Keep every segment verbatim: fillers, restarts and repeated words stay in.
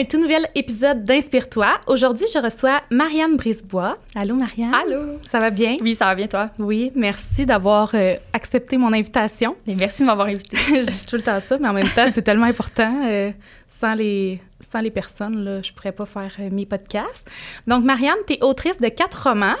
un tout nouvel épisode d'Inspire-toi. Aujourd'hui, je reçois Marianne Brisebois. Allô, Marianne? Allô! Ça va bien? Oui, ça va bien, toi? Oui, merci d'avoir euh, accepté mon invitation. Et merci de m'avoir invitée. Je dis tout le temps ça, mais en même temps, c'est tellement important. Euh, sans, les, sans les personnes, là, je ne pourrais pas faire euh, mes podcasts. Donc, Marianne, tu es autrice de quatre romans.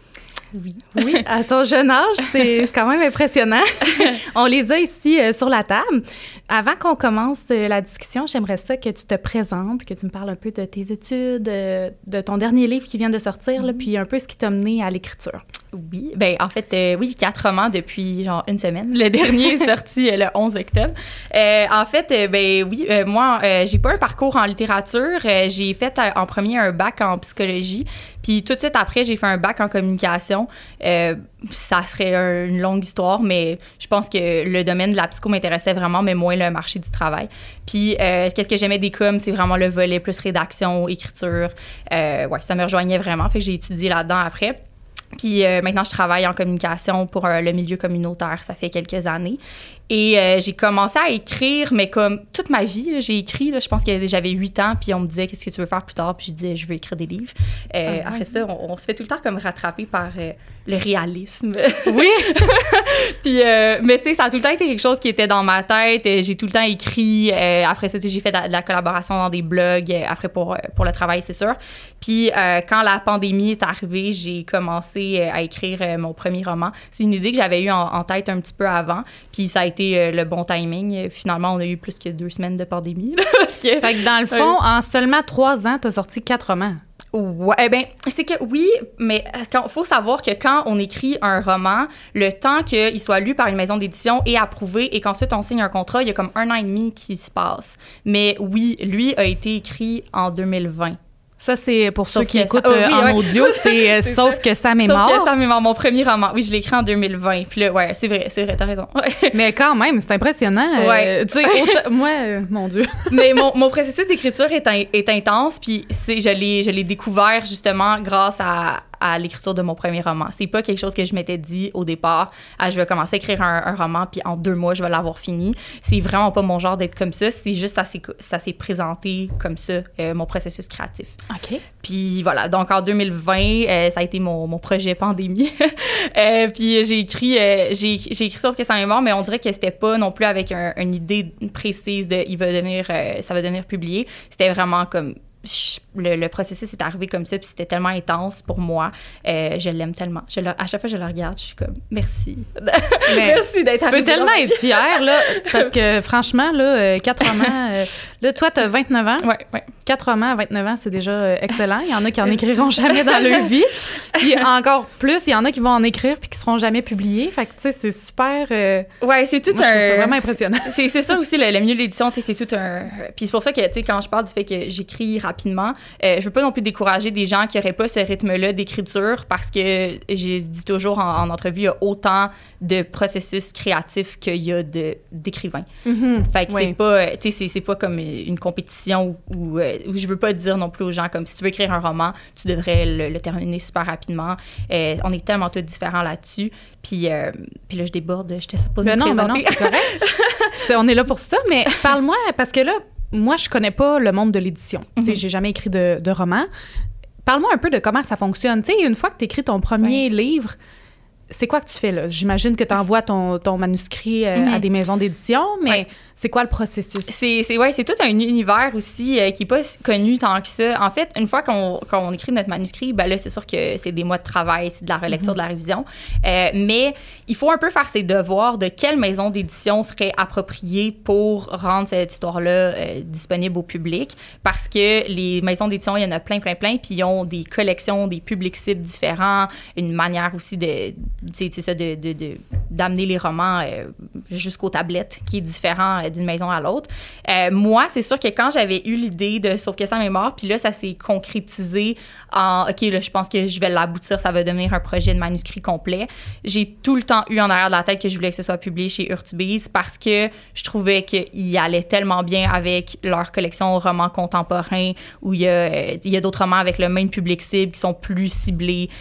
Oui. Oui, à ton jeune âge, c'est, c'est quand même impressionnant. On les a ici euh, sur la table. Avant qu'on commence euh, la discussion, j'aimerais ça que tu te présentes, que tu me parles un peu de tes études, euh, de ton dernier livre qui vient de sortir, mm-hmm. là, puis un peu ce qui t'a mené à l'écriture. Oui, ben en fait, euh, oui, quatre romans depuis genre une semaine. Le dernier est sorti euh, le onze octobre. Euh, en fait, euh, ben oui, euh, moi, euh, j'ai pas un parcours en littérature. Euh, j'ai fait euh, en premier un bac en psychologie, puis tout de suite après, j'ai fait un bac en communication. Euh, ça serait un, une longue histoire, mais je pense que le domaine de la psycho m'intéressait vraiment, mais moins le marché du travail. Puis, euh, qu'est-ce que j'aimais des coms, c'est vraiment le volet plus rédaction, écriture. Euh, ouais, ça me rejoignait vraiment, fait que j'ai étudié là-dedans après. Puis euh, maintenant, je travaille en communication pour euh, le milieu communautaire. Ça fait quelques années. Et euh, j'ai commencé à écrire, mais comme toute ma vie, là, j'ai écrit, là, je pense que j'avais huit ans, puis on me disait « Qu'est-ce que tu veux faire plus tard? » Puis je disais « Je veux écrire des livres. Euh, » ah, Après oui. ça, on, on se fait tout le temps comme rattraper par euh, le réalisme. Oui! Puis, euh, mais tu sais, ça a tout le temps été quelque chose qui était dans ma tête. J'ai tout le temps écrit. Euh, après ça, j'ai fait de la, de la collaboration dans des blogs, euh, après pour, pour le travail, c'est sûr. Puis euh, quand la pandémie est arrivée, j'ai commencé euh, à écrire euh, mon premier roman. C'est une idée que j'avais eue en, en tête un petit peu avant. Puis ça a été euh, le bon timing. Finalement, on a eu plus que deux semaines de pandémie. Là, parce que, fait que dans le fond, euh, en seulement trois ans, t'as sorti quatre romans. Ouais, eh ben, c'est que oui, mais il faut savoir que quand on écrit un roman, le temps qu'il soit lu par une maison d'édition et approuvé et qu'ensuite on signe un contrat, il y a comme un an et demi qui se passe. Mais oui, lui a été écrit en deux mille vingt. Ça, c'est pour sauf ceux qui ça, écoutent oh, oui, euh, en ouais. audio, c'est, euh, c'est Sauf ça. que Sam est sauf mort. Sauf que Sam est mort, mon premier roman. Oui, je l'ai écrit en deux mille vingt. Puis là, ouais, c'est vrai, c'est vrai, t'as raison. Mais quand même, c'est impressionnant. Ouais. Euh, tu sais, autant, moi, euh, mon Dieu. Mais mon, mon processus d'écriture est, in, est intense, puis c'est, je l'ai, je l'ai découvert justement grâce à, à l'écriture de mon premier roman. C'est pas quelque chose que je m'étais dit au départ. Ah, je vais commencer à écrire un, un roman, puis en deux mois, je vais l'avoir fini. C'est vraiment pas mon genre d'être comme ça. C'est juste ça s'est, ça s'est présenté comme ça, euh, mon processus créatif. OK. Puis voilà, donc en deux mille vingt, euh, ça a été mon, mon projet pandémie. euh, puis j'ai écrit, euh, j'ai, j'ai écrit Sauf que ça m'est mort, mais on dirait que c'était pas non plus avec un, une idée précise de il va devenir, euh, ça va devenir publié. C'était vraiment comme Le, le processus est arrivé comme ça, puis c'était tellement intense pour moi. Euh, je l'aime tellement. Je le, à chaque fois que je le regarde, je suis comme, merci. Merci d'être Tu peux tellement là. être fière, là, parce que franchement, là, quatre romans, euh, là, toi, t'as vingt-neuf ans. Oui, oui. Quatre romans à vingt-neuf ans, c'est déjà euh, excellent. Il y en a qui en écriront jamais dans leur vie. Puis encore plus, il y en a qui vont en écrire puis qui seront jamais publiés. Fait que, tu sais, c'est super... Euh, ouais, c'est tout moi, un... Je trouve ça vraiment impressionnant. C'est, c'est ça aussi, le, le milieu de l'édition, tu sais, c'est tout un... Puis c'est pour ça que, tu sais, quand je parle du fait que j'écris rapidement, euh, je veux pas non plus décourager des gens qui auraient pas ce rythme-là d'écriture parce que, je dis toujours en, en entrevue, il y a autant de processus créatifs qu'il y a de, d'écrivains. Mm-hmm. Fait que oui. c'est pas, tu sais, c'est, c'est pas comme une compétition où, où, où je veux pas dire non plus aux gens comme si tu veux écrire un roman, tu devrais le, le terminer super rapidement. Euh, on est tellement tous différents là-dessus. Puis, euh, puis là, je déborde, je t'ai supposée ben me non, présenter. Ben non, c'est correct. c'est, on est là pour ça, mais parle-moi, parce que là, moi, je connais pas le monde de l'édition. Mm-hmm. Tu sais, j'ai jamais écrit de, de roman. Parle-moi un peu de comment ça fonctionne. Tu sais, une fois que tu écris ton premier ouais. livre, c'est quoi que tu fais là? J'imagine que tu envoies ton, ton manuscrit euh, mm-hmm. à des maisons d'édition, mais ouais. c'est quoi le processus? C'est, c'est, ouais, c'est tout un univers aussi euh, qui n'est pas connu tant que ça. En fait, une fois qu'on, qu'on écrit notre manuscrit, ben là, c'est sûr que c'est des mois de travail, c'est de la relecture, mm-hmm. de la révision. Euh, mais il faut un peu faire ses devoirs de quelle maison d'édition serait appropriée pour rendre cette histoire-là euh, disponible au public. Parce que les maisons d'édition, il y en a plein, plein, plein, puis ils ont des collections, des publics cibles différents, une manière aussi de... c'est ça, de, de, de, d'amener les romans euh, jusqu'aux tablettes, qui est différent euh, d'une maison à l'autre. Euh, moi, c'est sûr que quand j'avais eu l'idée de Sauf que Sam est mort, puis là, ça s'est concrétisé en, OK, là, je pense que je vais l'aboutir, ça va devenir un projet de manuscrit complet. J'ai tout le temps eu en arrière de la tête que je voulais que ce soit publié chez Urtubise parce que je trouvais qu'il allait tellement bien avec leur collection romans contemporains où il y a, euh, il y a d'autres romans avec le même public cible qui sont plus ciblés.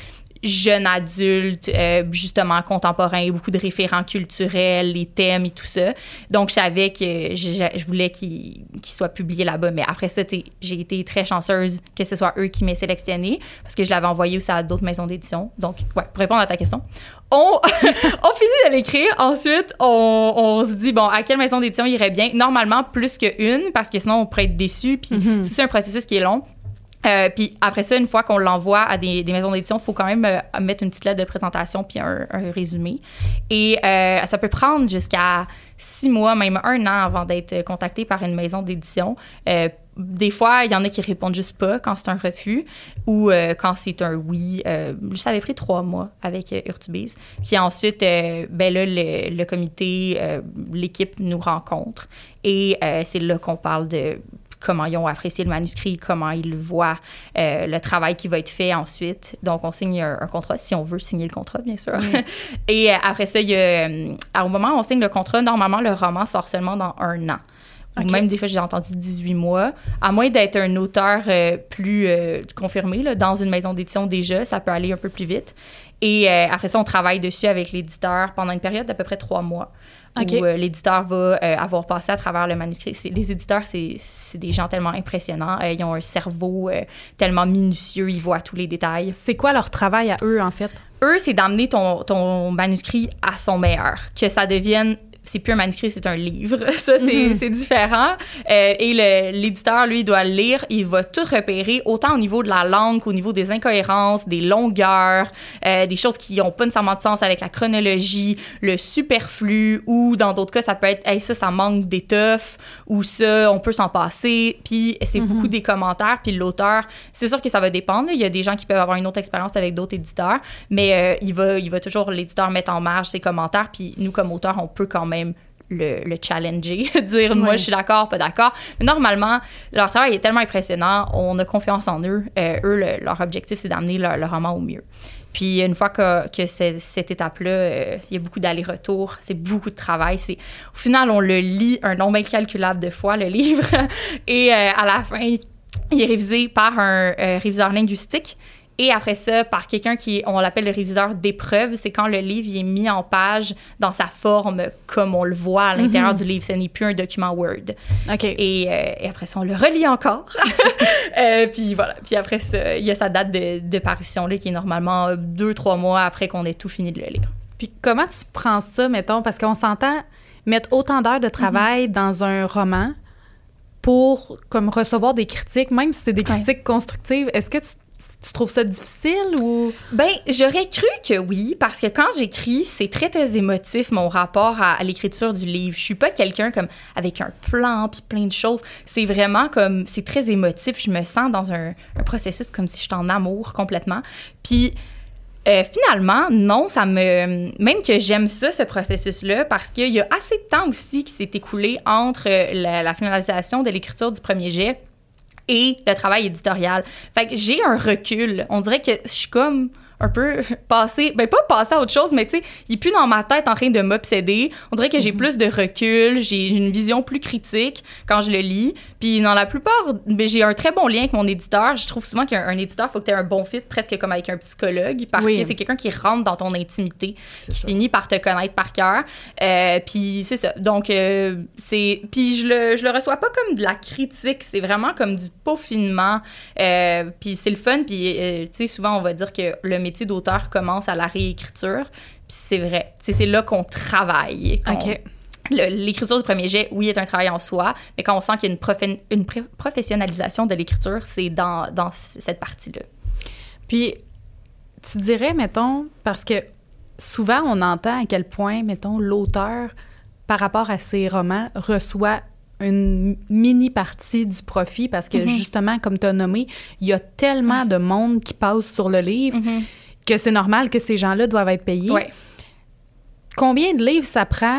jeune adulte, euh, justement contemporain, beaucoup de référents culturels, les thèmes et tout ça. Donc, je savais que je, je voulais qu'il, qu'il soit publié là-bas. Mais après ça, j'ai été très chanceuse que ce soit eux qui m'aient sélectionné parce que je l'avais envoyé aussi à d'autres maisons d'édition. Donc, ouais, pour répondre à ta question, on, on finit de l'écrire. Ensuite, on, on se dit, bon, à quelle maison d'édition irait bien? Normalement, plus qu'une parce que sinon, on pourrait être déçu. Puis, mm-hmm. c'est un processus qui est long. Euh, puis après ça, une fois qu'on l'envoie à des, des maisons d'édition, il faut quand même euh, mettre une petite lettre de présentation puis un, un résumé. Et euh, ça peut prendre jusqu'à six mois, même un an avant d'être contacté par une maison d'édition. Euh, des fois, il y en a qui répondent juste pas quand c'est un refus ou euh, quand c'est un oui. Euh, ça avait pris trois mois avec euh, Urtubise. Puis ensuite, euh, ben là, le, le comité, euh, l'équipe nous rencontre et euh, c'est là qu'on parle de comment ils ont apprécié le manuscrit, comment ils voient euh, le travail qui va être fait ensuite. Donc, on signe un, un contrat, si on veut signer le contrat, bien sûr. Mm. Et euh, après ça, il y a, euh, au moment où on signe le contrat, normalement, le roman sort seulement dans un an. Okay. Ou même des fois, j'ai entendu dix-huit mois. À moins d'être un auteur euh, plus euh, confirmé là, dans une maison d'édition déjà, ça peut aller un peu plus vite. Et euh, après ça, on travaille dessus avec l'éditeur pendant une période d'à peu près trois mois. Okay. Où euh, l'éditeur va euh, avoir passé à travers le manuscrit. C'est, les éditeurs, c'est, c'est des gens tellement impressionnants. Euh, ils ont un cerveau euh, tellement minutieux, ils voient tous les détails. C'est quoi leur travail à eux, en fait? Eux, c'est d'amener ton, ton manuscrit à son meilleur, que ça devienne... C'est plus un manuscrit, c'est un livre. Ça, c'est, mm-hmm. c'est différent. Euh, et le, l'éditeur, lui, doit le lire. Il va tout repérer, autant au niveau de la langue qu'au niveau des incohérences, des longueurs, euh, des choses qui n'ont pas nécessairement de sens avec la chronologie, le superflu, ou dans d'autres cas, ça peut être hey, « ça, ça manque d'étoffe » ou « ça, on peut s'en passer ». Puis c'est mm-hmm. beaucoup des commentaires. Puis l'auteur, c'est sûr que ça va dépendre. Là. Il y a des gens qui peuvent avoir une autre expérience avec d'autres éditeurs, mais euh, il, va, il va toujours, l'éditeur, mettre en marge ses commentaires. Puis nous, comme auteurs, on peut quand même même le, le challenger, dire oui. moi je suis d'accord, pas d'accord. Mais normalement, leur travail est tellement impressionnant, on a confiance en eux. Euh, eux, le, leur objectif, c'est d'amener leur, leur roman au mieux. Puis une fois que, que c'est, cette étape-là, euh, il y a beaucoup d'allers-retours, c'est beaucoup de travail. C'est, au final, on le lit un nombre incalculable de fois, le livre, et euh, à la fin, il est révisé par un euh, réviseur linguistique. Et après ça, par quelqu'un qui, on l'appelle le réviseur d'épreuve, c'est quand le livre il est mis en page dans sa forme comme on le voit à l'intérieur mm-hmm. du livre. Ce n'est plus un document Word. OK. Et, euh, et après ça, on le relit encore. euh, puis voilà. Puis après ça, il y a sa date de, de parution là, qui est normalement deux, trois mois après qu'on ait tout fini de le lire. Puis comment tu prends ça, mettons, parce qu'on s'entend mettre autant d'heures de travail mm-hmm. dans un roman pour comme recevoir des critiques, même si c'est des critiques ouais. constructives. Est-ce que tu Tu trouves ça difficile ou... Ben, j'aurais cru que oui, parce que quand j'écris, c'est très, très émotif, mon rapport à, à l'écriture du livre. Je suis pas quelqu'un comme avec un plan puis plein de choses. C'est vraiment comme... C'est très émotif. Je me sens dans un, un processus comme si j'étais en amour complètement. Puis... Euh, finalement, non, ça me... Même que j'aime ça, ce processus-là, parce qu'il y a assez de temps aussi qui s'est écoulé entre la, la finalisation de l'écriture du premier jet et le travail éditorial. Fait que j'ai un recul. On dirait que je suis comme un peu passée, ben pas passée à autre chose, mais tu sais, il est plus dans ma tête en train de m'obséder. On dirait que j'ai mm-hmm. plus de recul, j'ai une vision plus critique quand je le lis. Puis dans la plupart, ben, j'ai un très bon lien avec mon éditeur. Je trouve souvent qu'un un éditeur, il faut que tu aies un bon fit, presque comme avec un psychologue, parce oui. que c'est quelqu'un qui rentre dans ton intimité, c'est qui ça. Finit par te connaître par cœur. Euh, puis c'est ça. Donc, euh, c'est... Puis je le, je le reçois pas comme de la critique, c'est vraiment comme du peaufinement. Euh, puis c'est le fun, puis euh, tu sais, souvent, on va dire que le métier d'auteur commence à la réécriture, puis c'est vrai. T'sais, c'est là qu'on travaille. Qu'on, OK. Le, l'écriture du premier jet, oui, est un travail en soi, mais quand on sent qu'il y a une, profe- une pr- professionnalisation de l'écriture, c'est dans, dans cette partie-là. Puis, tu dirais, mettons, parce que souvent, on entend à quel point, mettons, l'auteur, par rapport à ses romans, reçoit une mini-partie du profit parce que, mm-hmm. justement, comme tu as nommé, il y a tellement mm-hmm. de monde qui passe sur le livre mm-hmm. que c'est normal que ces gens-là doivent être payés. Ouais. Combien de livres ça prend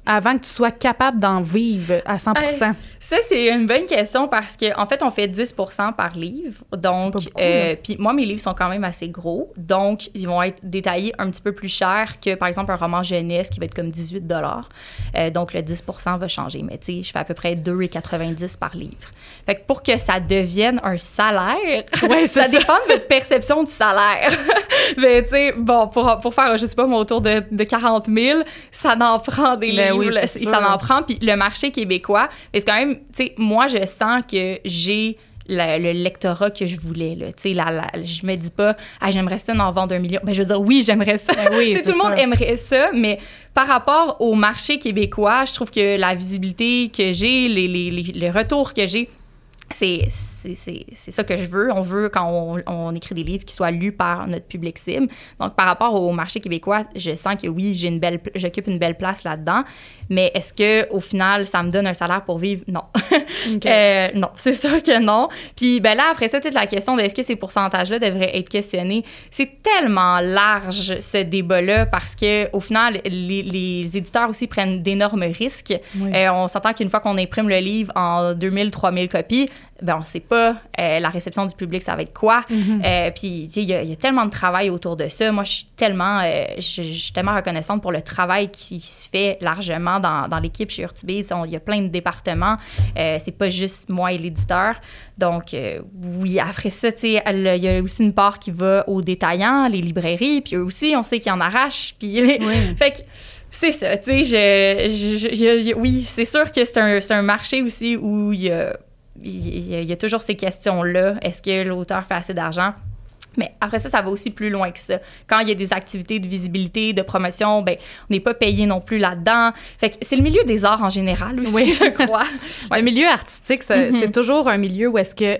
avant que tu sois capable d'en vivre à cent pour cent? Euh, ça, c'est une bonne question parce qu'en en fait, on fait dix pour cent par livre. Donc, euh, puis moi, mes livres sont quand même assez gros. Donc, ils vont être détaillés un petit peu plus cher que, par exemple, un roman jeunesse qui va être comme dix-huit dollars. Euh, donc, le dix pour cent va changer. Mais tu sais, je fais à peu près deux virgule quatre-vingt-dix par livre. Fait que pour que ça devienne un salaire, ouais, ça, ça dépend de votre perception du salaire. Mais tu sais, bon, pour, pour faire, je sais pas, mon tour de, de quarante mille, ça n'en prend des ben livres. Oui, là, ça n'en prend. Puis le marché québécois, c'est quand même, tu sais, moi, je sens que j'ai le, le lectorat que je voulais, là. Tu sais, la, la, je me dis pas, ah, j'aimerais ça en vendre un million. Ben, je veux dire, oui, j'aimerais ça. Ben oui, tout le monde aimerait ça, mais par rapport au marché québécois, je trouve que la visibilité que j'ai, les, les, les, les retours que j'ai, c'est, c'est, c'est, c'est ça que je veux. On veut, quand on, on écrit des livres, qu'ils soient lus par notre public cible. Donc, par rapport au marché québécois, je sens que oui, j'ai une belle, j'occupe une belle place là-dedans. Mais est-ce que au final, ça me donne un salaire pour vivre? Non. Okay. euh, non, c'est sûr que non. Puis ben là, après ça, toute la question de est-ce que ces pourcentages-là devraient être questionnés, c'est tellement large, ce débat-là, parce que au final, les, les éditeurs aussi prennent d'énormes risques. Oui. Euh, on s'entend qu'une fois qu'on imprime le livre en deux mille, trois mille copies, ben on sait pas euh, la réception du public, ça va être quoi. Mm-hmm. Euh, puis, tu sais, il y, y a tellement de travail autour de ça. Moi, je suis tellement, euh, je suis tellement reconnaissante pour le travail qui se fait largement dans, dans l'équipe chez Urtubise. Il y a plein de départements. Euh, c'est pas juste moi et l'éditeur. Donc, euh, oui, après ça, tu sais, il y a aussi une part qui va aux détaillants, les librairies, puis eux aussi, on sait qu'ils en arrachent. Puis, oui. Fait que c'est ça, tu sais, je, je, je, je, oui, c'est sûr que c'est un, c'est un marché aussi où il y a Il y, a, il y a toujours ces questions-là. Est-ce que l'auteur fait assez d'argent? Mais après ça, ça va aussi plus loin que ça. Quand il y a des activités de visibilité, de promotion, ben on n'est pas payé non plus là-dedans. Fait que c'est le milieu des arts en général aussi, oui. je crois. Ouais. Le milieu artistique, ça, mm-hmm. c'est toujours un milieu où est-ce que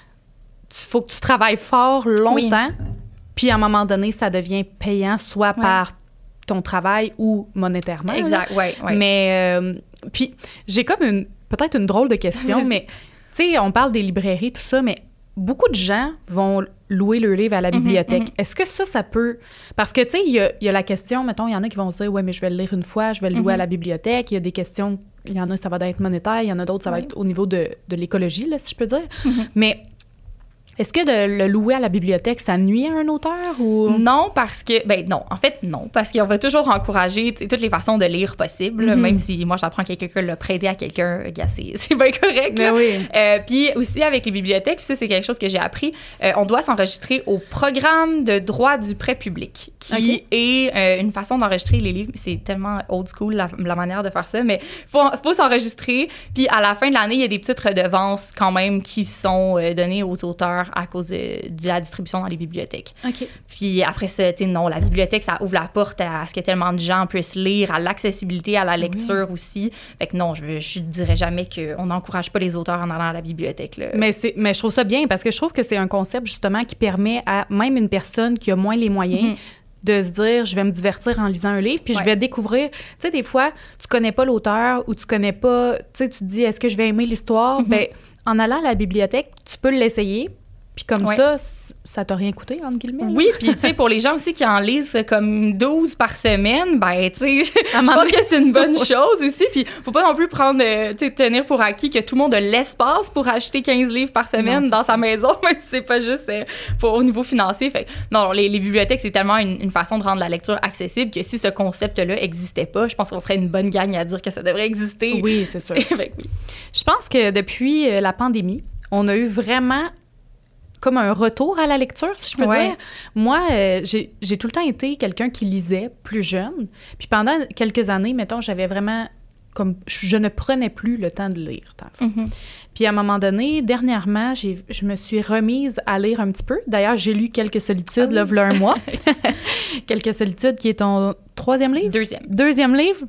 tu faut que tu travailles fort longtemps, oui. puis à un moment donné, ça devient payant, soit ouais. par ton travail ou monétairement. Exact, oui. Ouais. Mais, euh, puis j'ai comme une, peut-être une drôle de question, mais... Tu sais, on parle des librairies, tout ça, mais beaucoup de gens vont louer leur livre à la bibliothèque. Mm-hmm, mm-hmm. Est-ce que ça, ça peut... Parce que, tu sais, il y a, y a la question, mettons, il y en a qui vont se dire, ouais, mais je vais le lire une fois, je vais le louer mm-hmm. à la bibliothèque. Il y a des questions, il y en a, ça va être monétaire, il y en a d'autres, ça va oui. être au niveau de, de l'écologie, là, si je peux dire. Mm-hmm. Mais... Est-ce que de le louer à la bibliothèque, ça nuit à un auteur ou... Non, parce que... Ben non, en fait, non. Parce qu'on va toujours encourager toutes les façons de lire possibles, mm-hmm. même si moi, j'apprends que quelqu'un l'a prêté à quelqu'un, c'est, c'est bien correct. Mais oui. Euh, puis aussi, avec les bibliothèques, puis ça, c'est quelque chose que j'ai appris, euh, on doit s'enregistrer au programme de droit du prêt public, qui okay. est euh, une façon d'enregistrer les livres. C'est tellement old school, la, la manière de faire ça, mais il faut, faut s'enregistrer. Puis à la fin de l'année, il y a des petites redevances quand même qui sont euh, données aux auteurs à cause de, de la distribution dans les bibliothèques. OK. Puis après ça, tu sais, non, la bibliothèque, ça ouvre la porte à ce que tellement de gens puissent lire, à l'accessibilité, à la lecture oui. aussi. Fait que non, je, je dirais jamais qu'on n'encourage pas les auteurs en allant à la bibliothèque. Là. Mais, c'est, mais je trouve ça bien parce que je trouve que c'est un concept justement qui permet à même une personne qui a moins les moyens mm-hmm. de se dire, je vais me divertir en lisant un livre, puis ouais. je vais découvrir... Tu sais, des fois, tu connais pas l'auteur ou tu connais pas... Tu sais, tu te dis, est-ce que je vais aimer l'histoire? Mm-hmm. Bien, en allant à la bibliothèque, tu peux l'essayer. Puis comme ouais. ça, ça t'a rien coûté, entre guillemets. Là. Oui, puis tu sais, pour les gens aussi qui en lisent comme douze par semaine, ben tu sais, je pense que c'est une bonne chose aussi. Puis faut pas non plus prendre, tu sais, tenir pour acquis que tout le monde a l'espace pour acheter quinze livres par semaine non, dans sa maison, même si c'est pas juste euh, pour, au niveau financier. Fait non, les, les bibliothèques, c'est tellement une, une façon de rendre la lecture accessible que si ce concept-là existait pas, je pense qu'on serait une bonne gang à dire que ça devrait exister. Oui, c'est sûr. Fait, oui. Je pense que depuis la pandémie, on a eu vraiment... comme un retour à la lecture, si je peux ouais. dire. Moi, euh, j'ai, j'ai tout le temps été quelqu'un qui lisait plus jeune. Puis pendant quelques années, mettons, j'avais vraiment... comme je ne prenais plus le temps de lire. Mm-hmm. Puis à un moment donné, dernièrement, j'ai, je me suis remise à lire un petit peu. D'ailleurs, j'ai lu Quelques solitudes, ah oui. là, il y a un mois. Quelques solitudes, qui est ton troisième livre? Deuxième. Deuxième livre.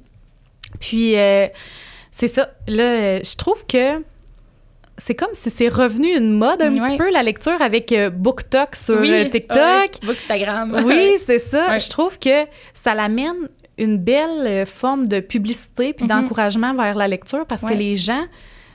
Puis, euh, c'est ça. Là, je trouve que c'est comme si c'est revenu une mode un ouais. petit peu, la lecture, avec euh, BookTok sur oui, euh, TikTok. Ouais, Bookstagram. Oui, c'est ça. Ouais. Je trouve que ça l'amène une belle euh, forme de publicité puis mm-hmm. d'encouragement vers la lecture parce ouais. que les gens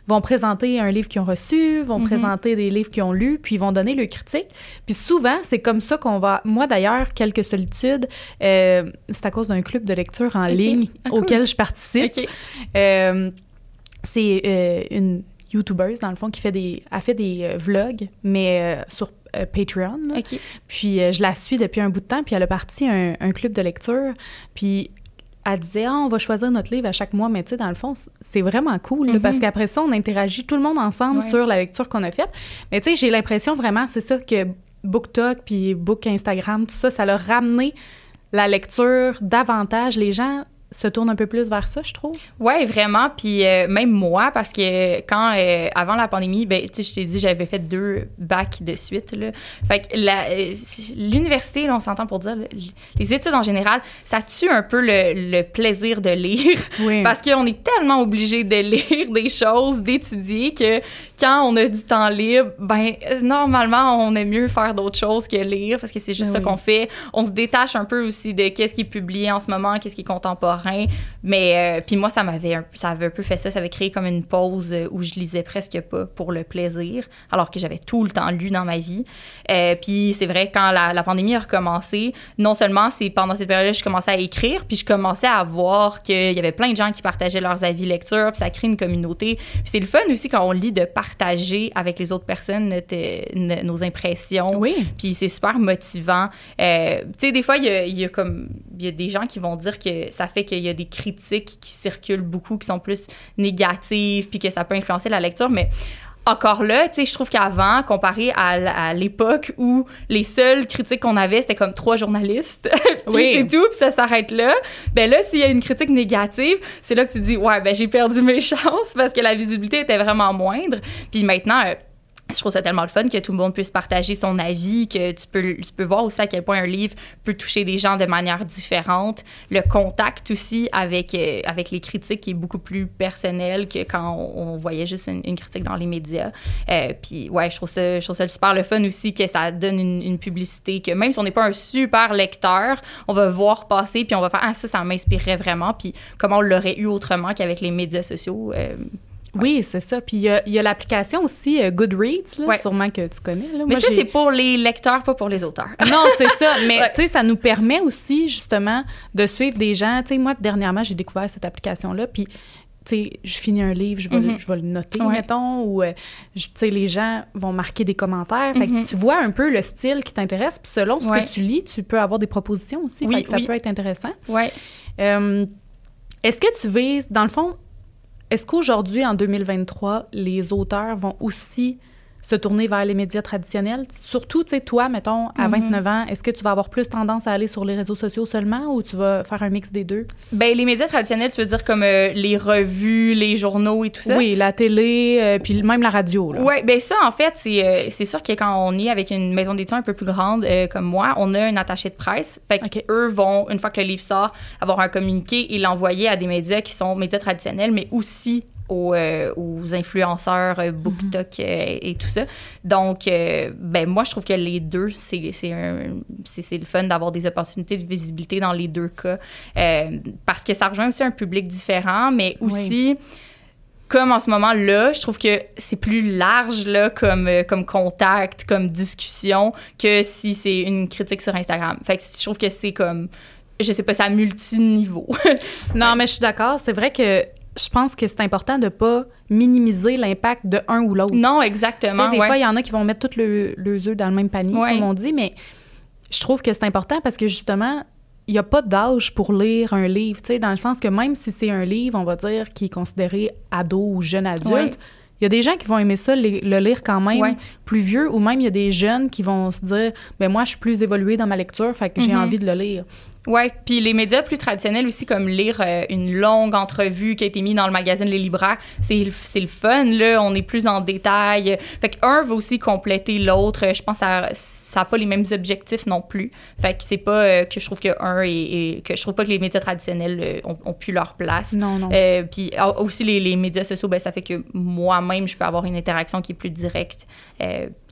vont présenter un livre qu'ils ont reçu, vont Mm-hmm. présenter des livres qu'ils ont lus, puis ils vont donner le critique. Puis souvent, c'est comme ça qu'on va... Moi, d'ailleurs, Quelques solitudes, euh, c'est à cause d'un club de lecture en okay. ligne ah, cool. auquel je participe. Okay. Euh, c'est euh, une YouTubeuse, dans le fond, qui fait des... Elle fait des euh, vlogs, mais euh, sur euh, Patreon. Okay. Puis euh, je la suis depuis un bout de temps, puis elle a parti un, un club de lecture, puis elle disait, ah, on va choisir notre livre à chaque mois, mais tu sais, dans le fond, c'est vraiment cool, là, Mm-hmm. parce qu'après ça, on interagit tout le monde ensemble ouais. sur la lecture qu'on a faite. Mais tu sais, j'ai l'impression vraiment, c'est ça, que BookTok puis Book Instagram, tout ça, ça l'a ramené la lecture davantage. Les gens se tournent un peu plus vers ça, je trouve. Oui, vraiment. Puis euh, même moi, parce que quand, euh, avant la pandémie, ben, tu sais, je t'ai dit, j'avais fait deux bacs de suite, là. Fait que la, euh, l'université, là, on s'entend pour dire, là, les études en général, ça tue un peu le, le plaisir de lire. Oui. Parce qu'on est tellement obligé de lire des choses, d'étudier, que quand on a du temps libre, ben, normalement, on aime mieux faire d'autres choses que lire, parce que c'est juste oui. ça qu'on fait. On se détache un peu aussi de qu'est-ce qui est publié en ce moment, qu'est-ce qui est contemporain. Mais euh, puis moi, ça m'avait un, ça avait un peu fait ça. Ça avait créé comme une pause où je lisais presque pas pour le plaisir, alors que j'avais tout le temps lu dans ma vie. Euh, puis c'est vrai, quand la, la pandémie a recommencé, non seulement c'est pendant cette période-là, je commençais à écrire, puis je commençais à voir qu'il y avait plein de gens qui partageaient leurs avis lecture, puis ça crée une communauté. Puis c'est le fun aussi quand on lit de partager avec les autres personnes notre, nos impressions. Oui. Puis c'est super motivant. Euh, tu sais, des fois, il y a, y a comme... Il y a des gens qui vont dire que ça fait qu'il y a des critiques qui circulent beaucoup, qui sont plus négatives, puis que ça peut influencer la lecture, mais encore là, tu sais, je trouve qu'avant, comparé à, à l'époque où les seules critiques qu'on avait, c'était comme trois journalistes, puis oui. c'est tout, puis ça s'arrête là. Ben là, s'il y a une critique négative, c'est là que tu te dis, ouais, ben j'ai perdu mes chances parce que la visibilité était vraiment moindre. Puis maintenant... Euh, je trouve ça tellement le fun que tout le monde puisse partager son avis, que tu peux, tu peux voir aussi à quel point un livre peut toucher des gens de manière différente. Le contact aussi avec, euh, avec les critiques est beaucoup plus personnel que quand on, on voyait juste une, une critique dans les médias. Euh, puis ouais, je trouve ça, je trouve ça super le fun aussi que ça donne une, une publicité que même si on n'est pas un super lecteur, on va voir passer puis on va faire « Ah, ça, ça m'inspirerait vraiment ». Puis comment on l'aurait eu autrement qu'avec les médias sociaux. Euh, Ouais. Oui, c'est ça. Puis il y, y a l'application aussi euh, Goodreads, là, ouais. sûrement que tu connais. Là. Mais Moi, ça, j'ai... c'est pour les lecteurs, pas pour les auteurs. Non, c'est ça. Mais ouais. tu sais, ça nous permet aussi, justement, de suivre des gens. Tu sais, moi, dernièrement, j'ai découvert cette application-là, puis tu sais, je finis un livre, je vais, mm-hmm. le, je vais le noter, ouais. mettons, ou, euh, tu sais, les gens vont marquer des commentaires. Fait mm-hmm. que tu vois un peu le style qui t'intéresse, puis selon ce ouais. que tu lis, tu peux avoir des propositions aussi. Oui, fait que ça oui. peut être intéressant. Ouais. Euh, est-ce que tu vises, dans le fond, est-ce qu'aujourd'hui, en deux mille vingt-trois, les auteurs vont aussi se tourner vers les médias traditionnels? Surtout, tu sais, toi, mettons, à mm-hmm. vingt-neuf ans, est-ce que tu vas avoir plus tendance à aller sur les réseaux sociaux seulement ou tu vas faire un mix des deux? Bien, les médias traditionnels, tu veux dire comme euh, les revues, les journaux et tout ça? Oui, la télé, euh, puis même la radio. Oui, bien ça, en fait, c'est, euh, c'est sûr que quand on est avec une maison d'édition un peu plus grande euh, comme moi, on a un attaché de presse. Fait qu'eux okay. vont, une fois que le livre sort, avoir un communiqué et l'envoyer à des médias qui sont médias traditionnels, mais aussi Aux, euh, aux influenceurs, euh, BookTok mm-hmm. euh, et tout ça. Donc, euh, ben moi, je trouve que les deux, c'est, c'est, un, c'est, c'est le fun d'avoir des opportunités de visibilité dans les deux cas. Euh, parce que ça rejoint aussi un public différent, mais aussi... Oui. Comme en ce moment-là, je trouve que c'est plus large là, comme, euh, comme contact, comme discussion, que si c'est une critique sur Instagram. Fait que je trouve que c'est comme... Je sais pas, c'est à multi-niveau. Non, mais je suis d'accord. C'est vrai que je pense que c'est important de ne pas minimiser l'impact de un ou l'autre. Non, exactement. Des ouais. fois, il y en a qui vont mettre tous le, leurs œufs dans le même panier, ouais. comme on dit, mais je trouve que c'est important parce que, justement, il n'y a pas d'âge pour lire un livre, tu sais, dans le sens que même si c'est un livre, on va dire, qui est considéré ado ou jeune adulte, ouais. il y a des gens qui vont aimer ça, le, le lire quand même ouais. plus vieux, ou même il y a des jeunes qui vont se dire « ben moi, je suis plus évoluée dans ma lecture, fait que mm-hmm. j'ai envie de le lire ». Oui, puis les médias plus traditionnels aussi, comme lire euh, une longue entrevue qui a été mise dans le magazine Les Libraires, c'est, c'est le fun, là, on est plus en détail. Fait qu'un va aussi compléter l'autre. Je pense que ça ça n'a pas les mêmes objectifs non plus. Fait que c'est pas euh, que je trouve que un et, et que je trouve pas que les médias traditionnels euh, ont, ont plus leur place. Non, non. Euh, puis aussi les, les médias sociaux, ben ça fait que moi-même, je peux avoir une interaction qui est plus directe. Euh,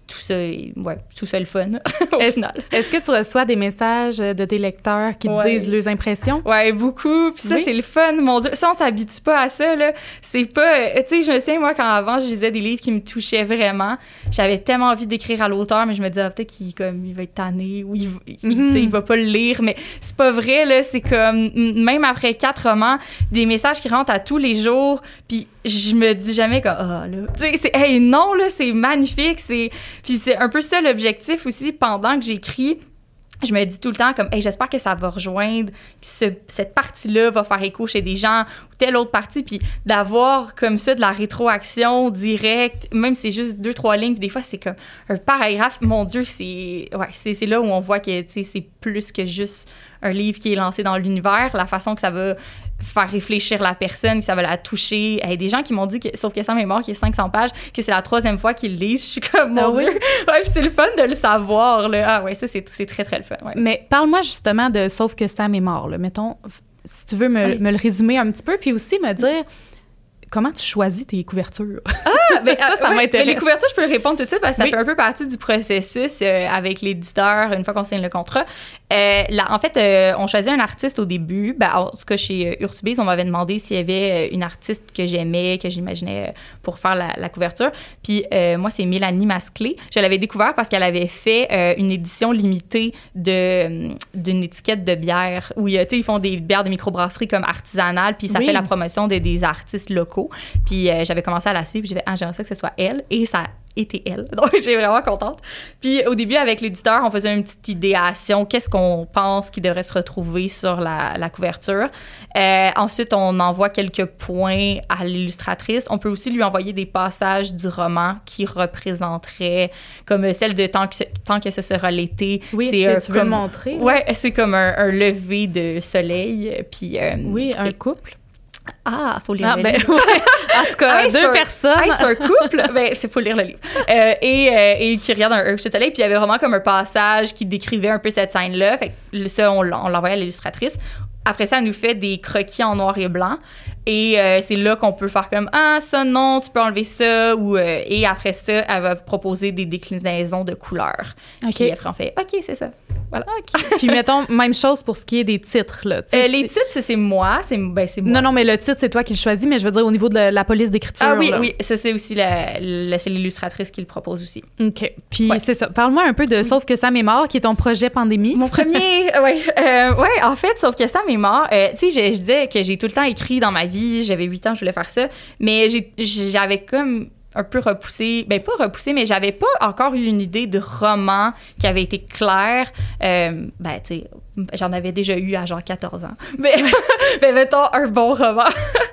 tout ça, ouais, tout ça le fun, au est-ce, final. Est-ce que tu reçois des messages de tes lecteurs qui te ouais. disent leurs impressions? Ouais, beaucoup. Puis ça, oui. c'est le fun. Mon Dieu, ça, on s'habitue pas à ça, là. C'est pas... Tu sais, je me souviens, moi, quand avant, je lisais des livres qui me touchaient vraiment, j'avais tellement envie d'écrire à l'auteur, mais je me disais, ah, peut-être qu'il comme, il va être tanné ou il, il, mm-hmm. tu sais, il va pas le lire. Mais c'est pas vrai, là. C'est comme, même après quatre romans, des messages qui rentrent à tous les jours, puis je me dis jamais comme, ah, oh, là. Tu sais, c'est, hey, non, là, c'est magnifique. C'est... Puis c'est un peu ça l'objectif aussi pendant que j'écris. Je me dis tout le temps comme, hey, j'espère que ça va rejoindre, que ce, cette partie-là va faire écho chez des gens ou telle autre partie, puis d'avoir comme ça de la rétroaction directe, même si c'est juste deux, trois lignes, puis des fois c'est comme un paragraphe. Mon Dieu, c'est, ouais, c'est, c'est là où on voit que, tu sais, c'est plus que juste un livre qui est lancé dans l'univers, la façon que ça va faire réfléchir la personne, que ça va la toucher. Il y a des gens qui m'ont dit, que, sauf que Sam est mort, qui est cinq cents pages, que c'est la troisième fois qu'ils le lisent. Je suis comme, mon ah Dieu! Oui? Ouais, c'est le fun de le savoir. Là. Ah ouais, ça, c'est, c'est très, très le fun. Ouais. Mais parle-moi justement de Sauf que Sam est mort. Là. Mettons, si tu veux me, oui. me le résumer un petit peu, puis aussi me dire... Comment tu choisis tes couvertures? Ah, ben, ça, ça ouais, m'intéresse. Mais les couvertures, je peux le répondre tout de suite parce que ça oui. fait un peu partie du processus euh, avec l'éditeur une fois qu'on signe le contrat. Euh, là, en fait, euh, on choisit un artiste au début. Ben, en tout cas, chez euh, Urtubise, on m'avait demandé s'il y avait une artiste que j'aimais, que j'imaginais euh, pour faire la, la couverture. Puis euh, moi, c'est Mélanie Masclé. Je l'avais découvert parce qu'elle avait fait euh, une édition limitée de, d'une étiquette de bière où, tu sais, ils font des bières de microbrasserie comme artisanales, puis ça oui. fait la promotion de, des artistes locaux. Puis euh, j'avais commencé à la suivre, puis j'ai fait, ah, j'aimerais ça que ce soit elle. Et ça a été elle. Donc, j'ai vraiment contente. Puis au début, avec l'éditeur, on faisait une petite idéation. Qu'est-ce qu'on pense qui devrait se retrouver sur la, la couverture? Euh, ensuite, on envoie quelques points à l'illustratrice. On peut aussi lui envoyer des passages du roman qui représenteraient, comme celle de Tant que, tant que ce sera l'été. Oui, c'est, c'est euh, tu comme, veux le montrer? Ouais, c'est comme un, un lever de soleil. Puis, euh, oui, un et, couple. Ah, faut lire ah, le ben, livre. Ouais. En tout cas, hey, deux sur, personnes. Hey, c'est un couple. Ben, c'est faut lire le livre. Euh, et, euh, et qui regarde un coucher de soleil. Puis il y avait vraiment comme un passage qui décrivait un peu cette scène-là. Fait que ça, on, on l'envoyait à l'illustratrice. Après ça, elle nous fait des croquis en noir et blanc. Et euh, c'est là qu'on peut faire comme « Ah, ça, non, tu peux enlever ça. » ou euh, Et après ça, elle va proposer des déclinaisons de couleurs. Okay. Puis après, on fait « OK, c'est ça. » Voilà. Okay. Puis mettons, même chose pour ce qui est des titres. Là. Euh, les titres, c'est, c'est moi. C'est, ben, c'est moi. Non, non, mais le titre, c'est toi qui le choisis, mais je veux dire au niveau de la, la police d'écriture. Ah oui, là. oui. Ça, c'est aussi la, la, c'est l'illustratrice qui le propose aussi. OK. Puis ouais. c'est ça. Parle-moi un peu de oui. Sauf que Sam est mort, qui est ton projet pandémie. Mon premier, oui. Euh, ouais, en fait, Sauf que Sam est mort. Euh, tu sais, je, je disais que j'ai tout le temps écrit dans ma vie. J'avais huit ans, je voulais faire ça. Mais j'ai, j'avais comme... un peu repoussé, ben pas repoussé, mais j'avais pas encore eu une idée de roman qui avait été claire. Euh, ben, tu sais, j'en avais déjà eu à genre quatorze ans. Mais, ben, mettons, un bon roman.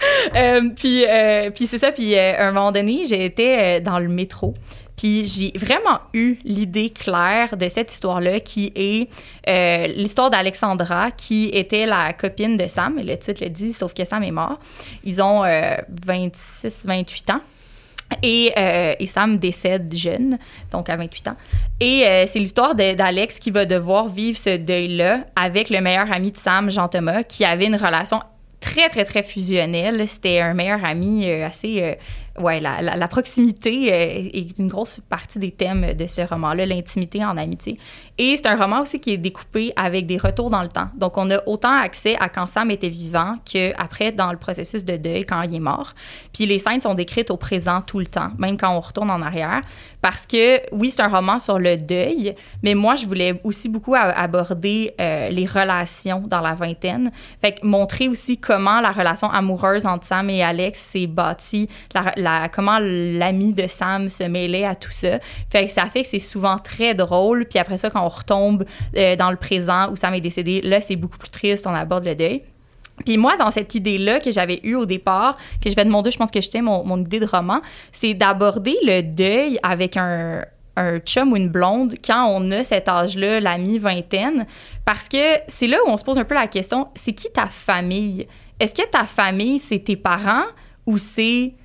euh, puis, euh, puis c'est ça, puis euh, à un moment donné, j'étais dans le métro. Puis j'ai vraiment eu l'idée claire de cette histoire-là qui est euh, l'histoire d'Alexandra, qui était la copine de Sam. Le titre le dit, sauf que Sam est mort. Ils ont euh, vingt-six vingt-huit ans. Et, euh, et Sam décède jeune, donc à vingt-huit ans. Et euh, c'est l'histoire de, d'Alex qui va devoir vivre ce deuil-là avec le meilleur ami de Sam, Jean-Thomas, qui avait une relation très, très, très fusionnelle. C'était un meilleur ami euh, assez... Euh, ouais, la, la, la proximité euh, est une grosse partie des thèmes de ce roman-là, l'intimité en amitié. Et c'est un roman aussi qui est découpé avec des retours dans le temps. Donc, on a autant accès à quand Sam était vivant qu'après, dans le processus de deuil, quand il est mort. Puis les scènes sont décrites au présent tout le temps, même quand on retourne en arrière. Parce que, oui, c'est un roman sur le deuil, mais moi, je voulais aussi beaucoup a- aborder euh, les relations dans la vingtaine. Fait que montrer aussi comment la relation amoureuse entre Sam et Alex s'est bâtie, la, la, comment l'ami de Sam se mêlait à tout ça. Fait que ça fait que c'est souvent très drôle. Puis après ça, quand on retombe euh, dans le présent où Sam est décédé, là, c'est beaucoup plus triste, on aborde le deuil. Puis moi, dans cette idée-là que j'avais eue au départ, que je vais demander, je pense que j'étais mon, mon idée de roman, c'est d'aborder le deuil avec un, un chum ou une blonde quand on a cet âge-là, la mi-vingtaine, parce que c'est là où on se pose un peu la question, c'est qui ta famille? Est-ce que ta famille, c'est tes parents ou c'est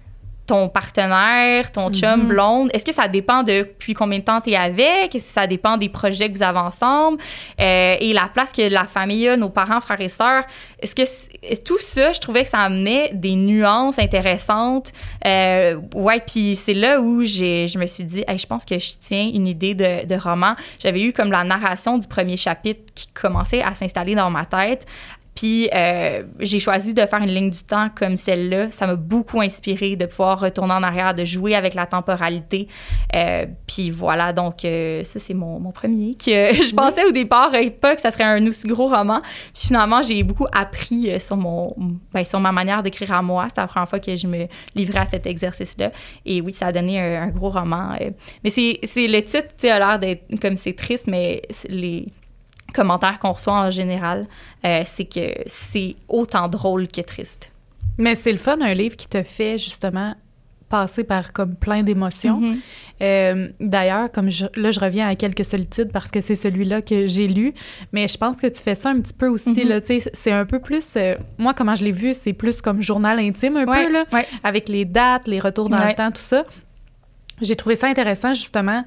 ton partenaire, ton chum, mm-hmm. blonde, est-ce que ça dépend de depuis combien de temps tu es avec? Est-ce que ça dépend des projets que vous avez ensemble? Euh, et la place que la famille a, nos parents, frères et sœurs, est-ce que tout ça, je trouvais que ça amenait des nuances intéressantes. Euh, ouais, puis c'est là où j'ai, je me suis dit, hey, je pense que je tiens une idée de, de roman. J'avais eu comme la narration du premier chapitre qui commençait à s'installer dans ma tête. Puis euh, j'ai choisi de faire une ligne du temps comme celle-là. Ça m'a beaucoup inspirée de pouvoir retourner en arrière, de jouer avec la temporalité. Euh, puis voilà, donc euh, ça, c'est mon, mon premier. Que je pensais au départ euh, pas que ça serait un aussi gros roman. Puis finalement, j'ai beaucoup appris euh, sur, mon, ben, sur ma manière d'écrire à moi. C'était la première fois que je me livrais à cet exercice-là. Et oui, ça a donné un, un gros roman. Euh. Mais c'est, c'est le titre, tu sais, a l'air d'être comme c'est triste, mais c'est les... commentaires qu'on reçoit en général, euh, c'est que c'est autant drôle que triste. Mais c'est le fun, un livre qui te fait justement passer par comme plein d'émotions. Mm-hmm. Euh, d'ailleurs, comme je, là, je reviens à Quelques solitudes parce que c'est celui-là que j'ai lu, mais je pense que tu fais ça un petit peu aussi, mm-hmm. là, tu sais, c'est un peu plus... Euh, moi, comment je l'ai vu, c'est plus comme journal intime un ouais, peu, là, ouais. avec les dates, les retours dans ouais. le temps, tout ça. J'ai trouvé ça intéressant, justement,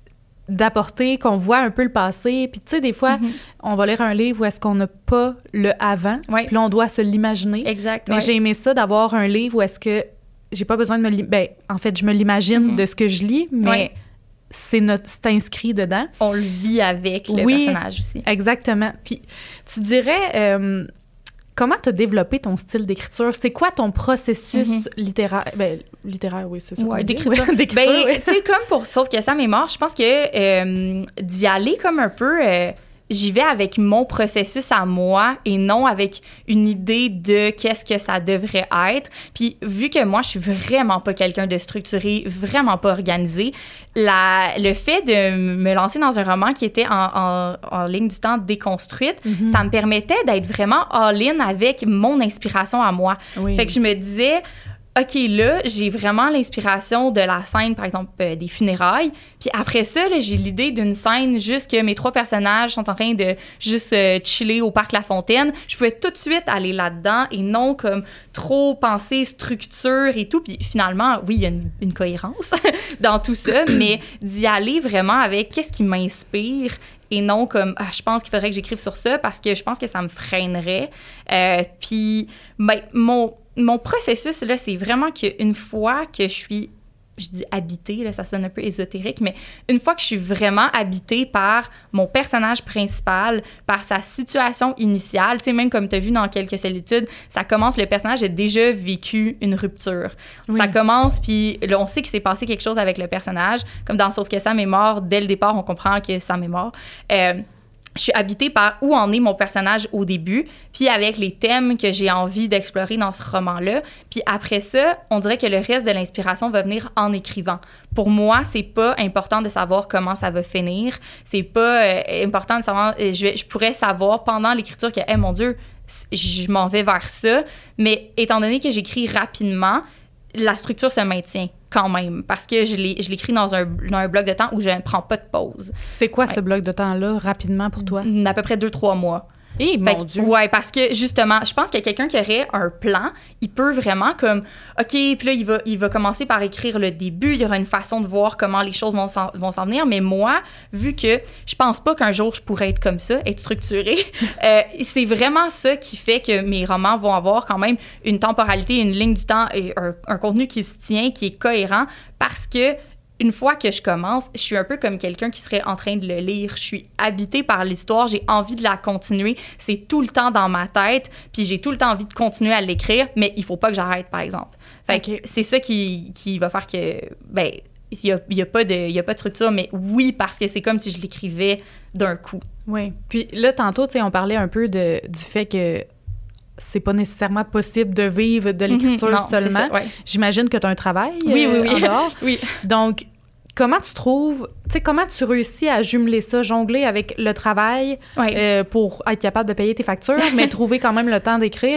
d'apporter, qu'on voit un peu le passé. Puis, tu sais, des fois, mm-hmm. on va lire un livre où est-ce qu'on n'a pas le avant, oui. puis là, on doit se l'imaginer. Exact. Mais oui. j'ai aimé ça, d'avoir un livre où est-ce que j'ai pas besoin de me... Li- ben, en fait, je me l'imagine mm-hmm. de ce que je lis, mais oui. c'est, notre, c'est inscrit dedans. On le vit avec le oui, personnage aussi. Exactement. Puis, tu dirais... Euh, comment tu as développé ton style d'écriture? C'est quoi ton processus mm-hmm. littéraire? Ben, littéraire, oui, c'est ça. Ouais, d'écriture. Ouais, d'écriture, ben, oui. Tu sais, comme pour Sauf que Sam est mort, je pense que euh, d'y aller comme un peu... Euh, j'y vais avec mon processus à moi et non avec une idée de qu'est-ce que ça devrait être. Puis, vu que moi, je suis vraiment pas quelqu'un de structuré, vraiment pas organisé, la, le fait de me lancer dans un roman qui était en, en, en ligne du temps déconstruite, mm-hmm. ça me permettait d'être vraiment all-in avec mon inspiration à moi. Oui. Fait que je me disais... OK, là, j'ai vraiment l'inspiration de la scène, par exemple, euh, des funérailles. Puis après ça, là, j'ai l'idée d'une scène juste que mes trois personnages sont en train de juste euh, chiller au parc La Fontaine. Je pouvais tout de suite aller là-dedans et non comme trop penser structure et tout. Puis finalement, oui, il y a une, une cohérence dans tout ça, mais d'y aller vraiment avec qu'est-ce qui m'inspire et non comme ah, je pense qu'il faudrait que j'écrive sur ça parce que je pense que ça me freinerait. Euh, puis, ben, mon... Mon processus, là, c'est vraiment qu'une fois que je suis, je dis habitée, là, ça sonne un peu ésotérique, mais une fois que je suis vraiment habitée par mon personnage principal, par sa situation initiale, tu sais, même comme tu as vu dans Quelques solitudes, ça commence, le personnage a déjà vécu une rupture. Oui. Ça commence, puis là, on sait qu'il s'est passé quelque chose avec le personnage, comme dans Sauf que Sam est mort, dès le départ, on comprend que Sam est mort. Euh, Je suis habitée par où en est mon personnage au début, puis avec les thèmes que j'ai envie d'explorer dans ce roman-là. Puis après ça, on dirait que le reste de l'inspiration va venir en écrivant. Pour moi, c'est pas important de savoir comment ça va finir. C'est pas euh, important de savoir... Je, je pourrais savoir pendant l'écriture que, hey, mon Dieu, je m'en vais vers ça. Mais étant donné que j'écris rapidement, la structure se maintient quand même, parce que je, l'ai, je l'écris dans un, dans un bloc de temps où je ne prends pas de pause. C'est quoi ouais. ce bloc de temps-là, rapidement, pour toi? À peu près deux, trois mois. Eh, mon Dieu! Ouais, parce que, justement, je pense qu'il y a quelqu'un qui aurait un plan, il peut vraiment comme, OK, puis là, il va, il va commencer par écrire le début, il y aura une façon de voir comment les choses vont s'en, vont s'en venir, mais moi, vu que je pense pas qu'un jour je pourrais être comme ça, être structurée, euh, c'est vraiment ça qui fait que mes romans vont avoir quand même une temporalité, une ligne du temps, et un, un contenu qui se tient, qui est cohérent, parce que une fois que je commence, je suis un peu comme quelqu'un qui serait en train de le lire. Je suis habitée par l'histoire, j'ai envie de la continuer. C'est tout le temps dans ma tête, puis j'ai tout le temps envie de continuer à l'écrire, mais il faut pas que j'arrête, par exemple. Fait okay. que c'est ça qui, qui va faire que, ben, il y a, il y a pas de, il y a pas de structure, mais oui, parce que c'est comme si je l'écrivais d'un coup. Oui. Puis là, tantôt, tu sais, on parlait un peu de, du fait que c'est pas nécessairement possible de vivre de l'écriture mm-hmm, non, seulement. Ça, ouais. J'imagine que tu as un travail oui, euh, oui, oui. en dehors. oui. Donc, comment tu trouves, tu sais, comment tu réussis à jumeler ça, jongler avec le travail ouais. euh, pour être capable de payer tes factures, mais trouver quand même le temps d'écrire, puis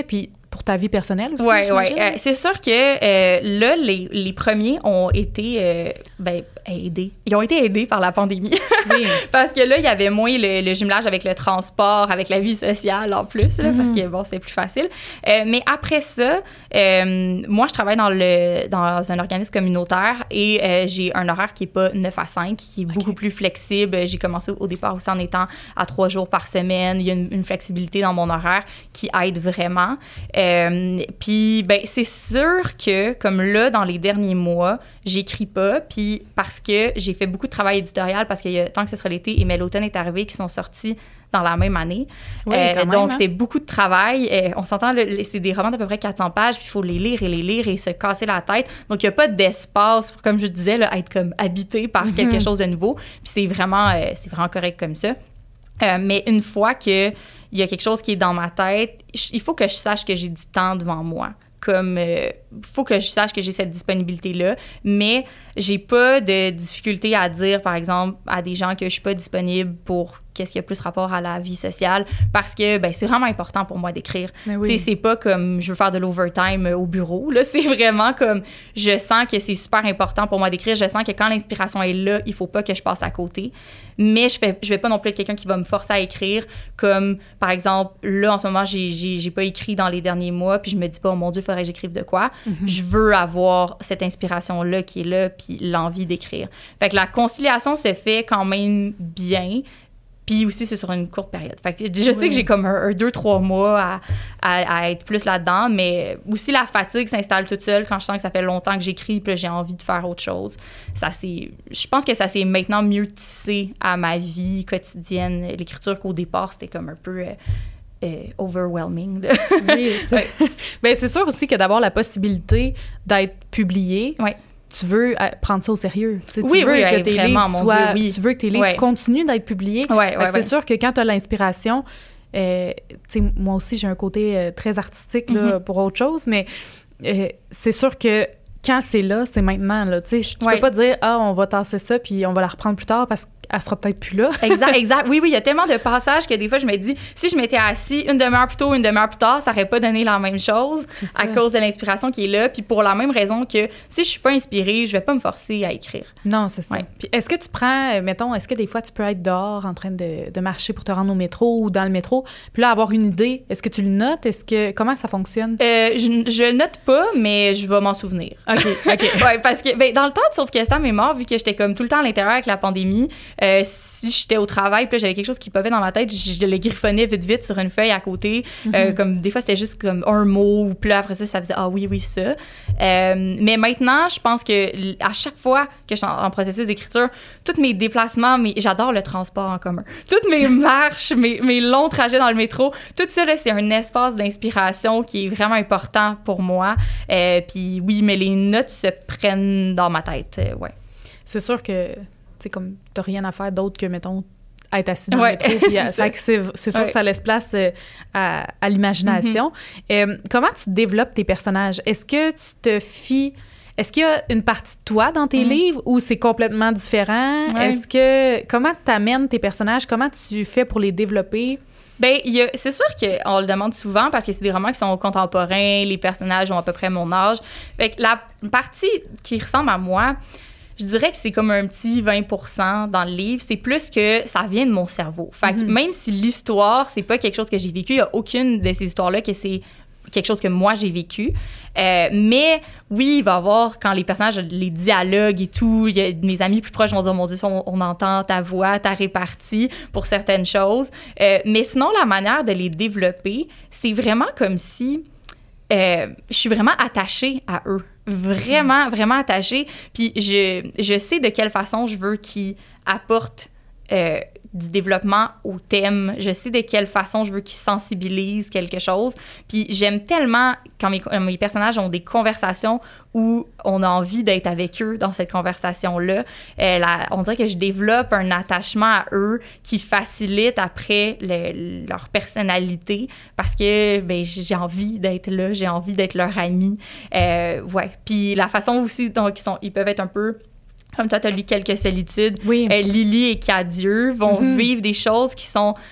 pour ta vie personnelle aussi, Oui, oui. Euh, c'est sûr que euh, là, les, les premiers ont été euh, ben, aidés. Ils ont été aidés par la pandémie. Oui. Parce que là, il y avait moins le, le jumelage avec le transport, avec la vie sociale en plus, là, mm-hmm. parce que bon, c'est plus facile. Euh, mais après ça, euh, moi, je travaille dans, le, dans un organisme communautaire et euh, j'ai un horaire qui n'est pas neuf à cinq, qui est okay. beaucoup plus flexible. J'ai commencé au départ aussi en étant à trois jours par semaine. Il y a une, une flexibilité dans mon horaire qui aide vraiment. Euh, puis, ben, c'est sûr que, comme là, dans les derniers mois, j'écris pas, puis parce que j'ai fait beaucoup de travail éditorial, parce qu'il y a Tant que ce sera l'été et Mais l'automne est arrivé qui sont sortis dans la même année. Oui, euh, même, donc, hein? C'est beaucoup de travail. Euh, on s'entend, le, c'est des romans d'à peu près quatre cents pages, puis il faut les lire et les lire et se casser la tête. Donc, il n'y a pas d'espace pour, comme je disais, là, être comme habité par mm-hmm. quelque chose de nouveau. Puis c'est vraiment, euh, c'est vraiment correct comme ça. Euh, mais une fois que il y a quelque chose qui est dans ma tête, il faut que je sache que j'ai du temps devant moi. Comme, il euh, faut que je sache que j'ai cette disponibilité-là, mais j'ai pas de difficulté à dire, par exemple, à des gens que je suis pas disponible pour qu'est-ce qui a plus rapport à la vie sociale, parce que ben, c'est vraiment important pour moi d'écrire. Oui. Tu sais, c'est pas comme je veux faire de l'overtime au bureau, là, c'est vraiment comme je sens que c'est super important pour moi d'écrire, je sens que quand l'inspiration est là, il faut pas que je passe à côté, mais je fais, je vais pas non plus être quelqu'un qui va me forcer à écrire, comme par exemple, là, en ce moment, j'ai, j'ai, j'ai pas écrit dans les derniers mois, puis je me dis pas, oh mon Dieu, il faudrait que j'écrive de quoi. Mm-hmm. Je veux avoir cette inspiration-là qui est là, puis l'envie d'écrire. Fait que la conciliation se fait quand même bien. Puis aussi, c'est sur une courte période. Fait que je sais oui. que j'ai comme un, un deux, trois mois à, à, à être plus là-dedans, mais aussi la fatigue s'installe toute seule quand je sens que ça fait longtemps que j'écris puis là, j'ai envie de faire autre chose. Ça, c'est, je pense que ça s'est maintenant mieux tissé à ma vie quotidienne. L'écriture qu'au départ, c'était comme un peu... Euh, Euh, overwhelming. Oui, c'est... Bien, c'est sûr aussi que d'avoir la possibilité d'être publié, ouais. tu veux prendre ça au sérieux. Tu, sais, oui, tu veux oui, que oui, tes vraiment, livres mon soient, Dieu, oui. tu veux que tes livres ouais. continuent d'être publiés. Ouais, ouais, ouais. C'est sûr que quand tu as l'inspiration, euh, tu sais, moi aussi, j'ai un côté euh, très artistique là, mm-hmm. pour autre chose, mais euh, c'est sûr que quand c'est là, c'est maintenant. Là, tu sais, tu ouais. peux pas dire « Ah, on va tasser ça, puis on va la reprendre plus tard parce que elle sera peut-être plus là. » Exact, exact. Oui, oui, il y a tellement de passages que des fois, je me dis, si je m'étais assis une demi-heure plus tôt, une demi-heure plus tard, ça n'aurait pas donné la même chose à cause de l'inspiration qui est là. Puis pour la même raison que si je suis pas inspirée, je vais pas me forcer à écrire. Non, c'est ça. Ouais. Puis est-ce que tu prends, mettons, est-ce que des fois, tu peux être dehors en train de, de marcher pour te rendre au métro ou dans le métro, puis là, avoir une idée, est-ce que tu le notes? Est-ce que, comment ça fonctionne? Euh, je, je note pas, mais je vais m'en souvenir. OK, OK. Ouais, parce que, ben, dans le temps de Sauf que Sam est mort, vu que j'étais comme tout le temps à l'intérieur avec la pandémie, euh, si j'étais au travail, puis là, j'avais quelque chose qui popait dans ma tête, je, je le griffonnais vite, vite sur une feuille à côté. Mm-hmm. Euh, comme des fois, c'était juste comme un mot, ou puis là, après ça, ça faisait « Ah oui, oui, ça. Euh, » Mais maintenant, je pense que à chaque fois que je suis en, en processus d'écriture, tous mes déplacements, mes, j'adore le transport en commun, toutes mes marches, mes, mes longs trajets dans le métro, tout ça, là, c'est un espace d'inspiration qui est vraiment important pour moi. Euh, puis oui, mais les notes se prennent dans ma tête, euh, ouais. C'est sûr que c'est comme t'as rien à faire d'autre que, mettons, être assis dans ouais, le métro. Puis c'est, ça. c'est, c'est sûr ouais. que ça laisse place euh, à, à l'imagination. Mm-hmm. Euh, comment tu développes tes personnages? Est-ce que tu te fies... Est-ce qu'il y a une partie de toi dans tes mm-hmm. livres ou c'est complètement différent? Ouais. Est-ce que... Comment tu amènes tes personnages? Comment tu fais pour les développer? Bien, y a, c'est sûr qu'on le demande souvent parce que c'est des romans qui sont contemporains, les personnages ont à peu près mon âge. Fait que la partie qui ressemble à moi... Je dirais que c'est comme un petit vingt pour cent dans le livre. C'est plus que ça vient de mon cerveau. Fait que mm-hmm. même si l'histoire, c'est pas quelque chose que j'ai vécu, il y a aucune de ces histoires-là que c'est quelque chose que moi, j'ai vécu. Euh, mais oui, il va y avoir, quand les personnages, les dialogues et tout, y a, mes amis plus proches vont dire « Mon Dieu, on, on entend ta voix, ta répartie pour certaines choses. Euh, » Mais sinon, la manière de les développer, c'est vraiment comme si euh, je suis vraiment attachée à eux. Vraiment, vraiment attachée. Puis je, je sais de quelle façon je veux qu'ils apportent euh, du développement au thème. Je sais de quelle façon je veux qu'ils sensibilisent quelque chose. Puis j'aime tellement quand mes, mes personnages ont des conversations où on a envie d'être avec eux dans cette conversation-là. Euh, la, on dirait que je développe un attachement à eux qui facilite après le, leur personnalité parce que ben, j'ai envie d'être là, j'ai envie d'être leur amie. Euh, ouais. Puis la façon aussi dont ils, sont, ils peuvent être un peu... Comme toi, tu as lu Quelques solitudes. Oui. Euh, Lily et Cadieux vont mm-hmm. vivre des choses qui sont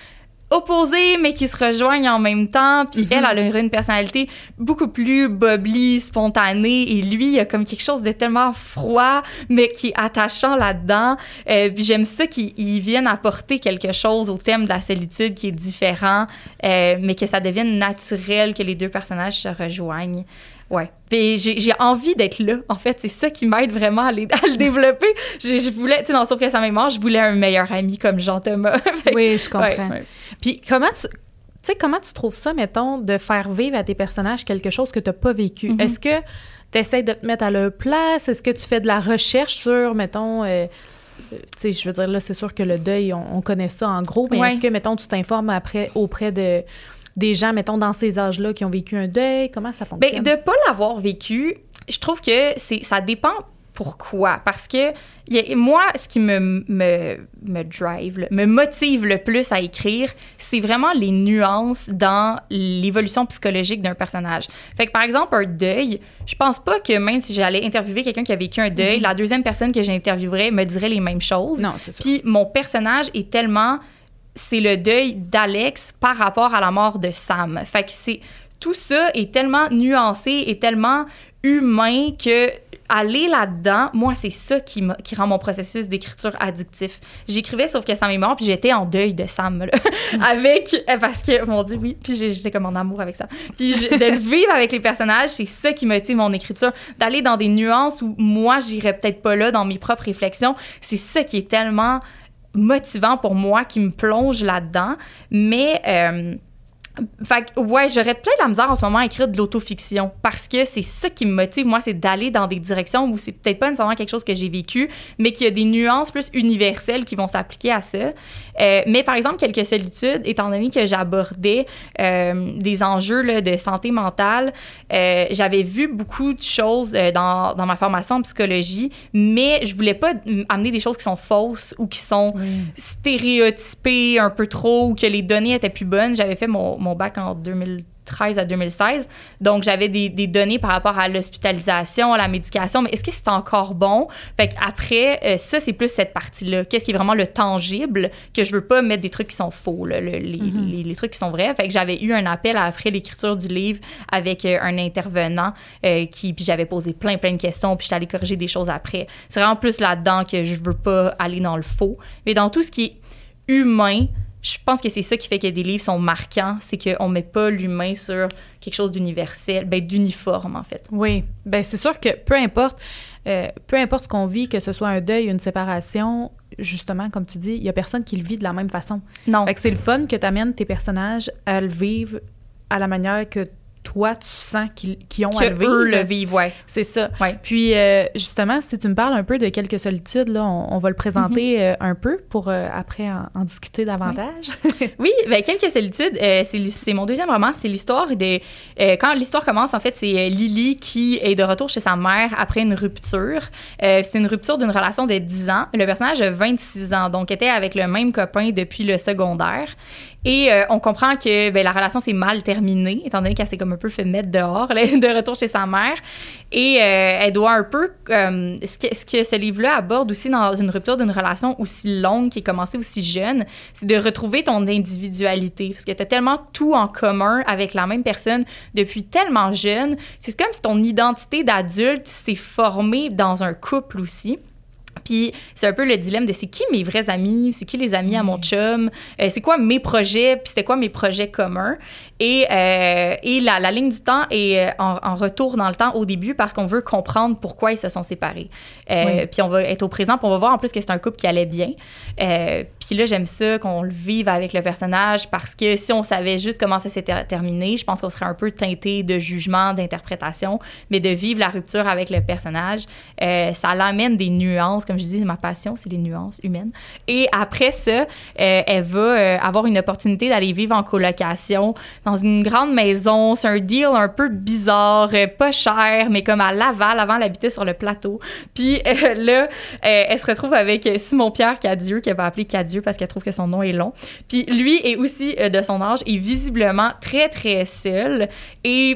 opposés, mais qui se rejoignent en même temps. Puis mm-hmm. elle, elle a une personnalité beaucoup plus bubbly, spontanée. Et lui, il y a comme quelque chose de tellement froid, mais qui est attachant là-dedans. Euh, puis j'aime ça qu'ils viennent apporter quelque chose au thème de la solitude qui est différent, euh, mais que ça devienne naturel, que les deux personnages se rejoignent. Ouais. Puis j'ai, j'ai envie d'être là. En fait, c'est ça qui m'aide vraiment à, les, à le développer. Je, je voulais, tu sais, dans Sauf que ça m'est je voulais un meilleur ami comme Jean-Thomas. Oui, je comprends. Ouais, ouais. Puis comment tu... Tu sais, comment tu trouves ça, mettons, de faire vivre à tes personnages quelque chose que tu n'as pas vécu? Mm-hmm. Est-ce que tu essaies de te mettre à leur place? Est-ce que tu fais de la recherche sur, mettons... Euh, tu sais, je veux dire, là, c'est sûr que le deuil, on, on connaît ça en gros, mais ouais. est-ce que, mettons, tu t'informes après, auprès de... des gens, mettons, dans ces âges-là qui ont vécu un deuil? Comment ça fonctionne? Bien, de ne pas l'avoir vécu, je trouve que c'est, ça dépend pourquoi. Parce que y a, moi, ce qui me, me, me drive, me motive le plus à écrire, c'est vraiment les nuances dans l'évolution psychologique d'un personnage. Fait que, par exemple, un deuil, je pense pas que même si j'allais interviewer quelqu'un qui a vécu un deuil, mm-hmm. la deuxième personne que j'interviewerais me dirait les mêmes choses. Non, c'est sûr. Puis mon personnage est tellement... c'est le deuil d'Alex par rapport à la mort de Sam. Fait que c'est... Tout ça est tellement nuancé et tellement humain que aller là-dedans, moi, c'est ça qui, qui rend mon processus d'écriture addictif. J'écrivais Sauf que Sam est mort, puis j'étais en deuil de Sam, là, avec... Parce que, mon Dieu, oui, puis j'étais comme en amour avec ça. Puis je, de le vivre avec les personnages, c'est ça qui motive mon écriture. D'aller dans des nuances où moi, j'irais peut-être pas là dans mes propres réflexions, c'est ça qui est tellement... motivant pour moi, qui me plonge là-dedans. Mais, euh, fait que, ouais, j'aurais plein de la misère en ce moment à écrire de l'autofiction parce que c'est ça qui me motive, moi, c'est d'aller dans des directions où c'est peut-être pas nécessairement quelque chose que j'ai vécu, mais qu'il y a des nuances plus universelles qui vont s'appliquer à ça. Euh, mais, par exemple, Quelques solitudes, étant donné que j'abordais euh, des enjeux là, de santé mentale, euh, j'avais vu beaucoup de choses euh, dans, dans ma formation en psychologie, mais je voulais pas amener des choses qui sont fausses ou qui sont oui. stéréotypées un peu trop ou que les données étaient plus bonnes. J'avais fait mon, mon bac en deux mille treize à deux mille seize. Donc, j'avais des, des données par rapport à l'hospitalisation, à la médication, mais est-ce que c'est encore bon? Fait qu'après, euh, ça, c'est plus cette partie-là. Qu'est-ce qui est vraiment le tangible, que je veux pas mettre des trucs qui sont faux, là, le, les, mm-hmm. les, les trucs qui sont vrais. Fait que j'avais eu un appel après l'écriture du livre avec euh, un intervenant euh, qui, puis j'avais posé plein, plein de questions, puis j'étais allée corriger des choses après. C'est vraiment plus là-dedans que je veux pas aller dans le faux. Mais dans tout ce qui est humain, je pense que c'est ça qui fait que des livres sont marquants, c'est qu'on ne met pas l'humain sur quelque chose d'universel, ben d'uniforme, en fait. Oui, ben c'est sûr que peu importe, euh, peu importe ce qu'on vit, que ce soit un deuil, une séparation, justement, comme tu dis, il n'y a personne qui le vit de la même façon. Non. Fait que c'est le fun que tu amènes tes personnages à le vivre à la manière que toi, tu sens qu'ils, qu'ils ont que à le vivre. eux le vivent, ouais. C'est ça. Ouais. Puis, euh, justement, si tu me parles un peu de Quelques solitudes, là, on, on va le présenter mm-hmm. euh, un peu pour euh, après en, en discuter davantage. Oui, oui ben, Quelques solitudes, euh, c'est, c'est mon deuxième roman. C'est l'histoire de... Euh, quand l'histoire commence, en fait, c'est Lily qui est de retour chez sa mère après une rupture. Euh, c'est une rupture d'une relation de dix ans. Le personnage a vingt-six ans, donc était avec le même copain depuis le secondaire. Et euh, on comprend que ben, la relation s'est mal terminée, étant donné qu'elle s'est comme un peu fait mettre dehors, là, de retour chez sa mère. Et euh, elle doit un peu... Euh, ce, que, ce que ce livre-là aborde aussi dans une rupture d'une relation aussi longue, qui est commencée aussi jeune, c'est de retrouver ton individualité. Parce que tu as tellement tout en commun avec la même personne depuis tellement jeune. C'est comme si ton identité d'adulte s'est formée dans un couple aussi. Puis c'est un peu le dilemme de c'est qui mes vrais amis, c'est qui les amis à mon chum, euh, c'est quoi mes projets, puis c'était quoi mes projets communs. Et, euh, et la, la ligne du temps est en, en retour dans le temps au début parce qu'on veut comprendre pourquoi ils se sont séparés. Euh, oui. Puis on va être au présent, puis on va voir en plus que c'est un couple qui allait bien. Euh, puis là, j'aime ça qu'on le vive avec le personnage parce que si on savait juste comment ça s'est ter- terminé, je pense qu'on serait un peu teinté de jugement, d'interprétation. Mais de vivre la rupture avec le personnage, euh, ça l'amène des nuances. Comme je dis, ma passion, c'est les nuances humaines. Et après ça, euh, elle va euh, avoir une opportunité d'aller vivre en colocation dans une grande maison. C'est un deal un peu bizarre, euh, pas cher, mais comme à Laval. Avant, elle habitait sur le plateau. Puis euh, là, euh, elle se retrouve avec Simon-Pierre Cadieux, qu'elle va appeler Cadieux parce qu'elle trouve que son nom est long. Puis lui est aussi euh, de son âge et visiblement très, très seul et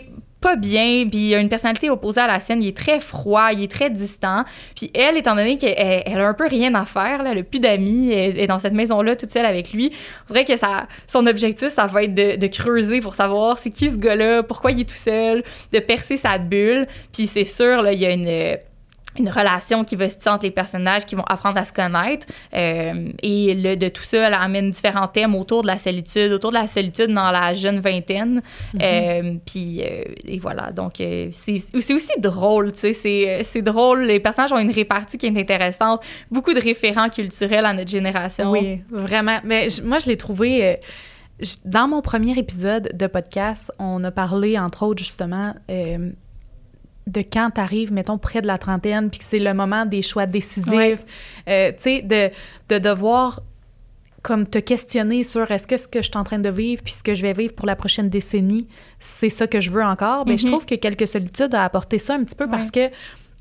pas bien, puis il a une personnalité opposée à la sienne, il est très froid, il est très distant. Puis elle, étant donné qu'elle elle a un peu rien à faire, là, elle a plus d'amis, elle est dans cette maison-là toute seule avec lui, on dirait que ça, son objectif, ça va être de, de creuser pour savoir c'est qui ce gars-là, pourquoi il est tout seul, de percer sa bulle. Puis c'est sûr, là, il y a une... une relation qui va se tisser entre les personnages qui vont apprendre à se connaître. Euh, et le, de tout ça, elle amène différents thèmes autour de la solitude, autour de la solitude dans la jeune vingtaine. Mm-hmm. Euh, puis, euh, et voilà. Donc, euh, c'est, c'est aussi drôle, tu sais. C'est, c'est drôle. Les personnages ont une répartie qui est intéressante. Beaucoup de référents culturels à notre génération. Oui, vraiment. Mais je, moi, je l'ai trouvé... Euh, je, dans mon premier épisode de podcast, on a parlé, entre autres, justement... Euh, de quand tu arrives, mettons, près de la trentaine, puis que c'est le moment des choix décisifs, ouais. euh, tu sais, de, de devoir comme te questionner sur est-ce que ce que je suis en train de vivre puis ce que je vais vivre pour la prochaine décennie, c'est ça que je veux encore. Mais mm-hmm. je trouve que Quelques solitudes a apporté ça un petit peu ouais. parce que, tu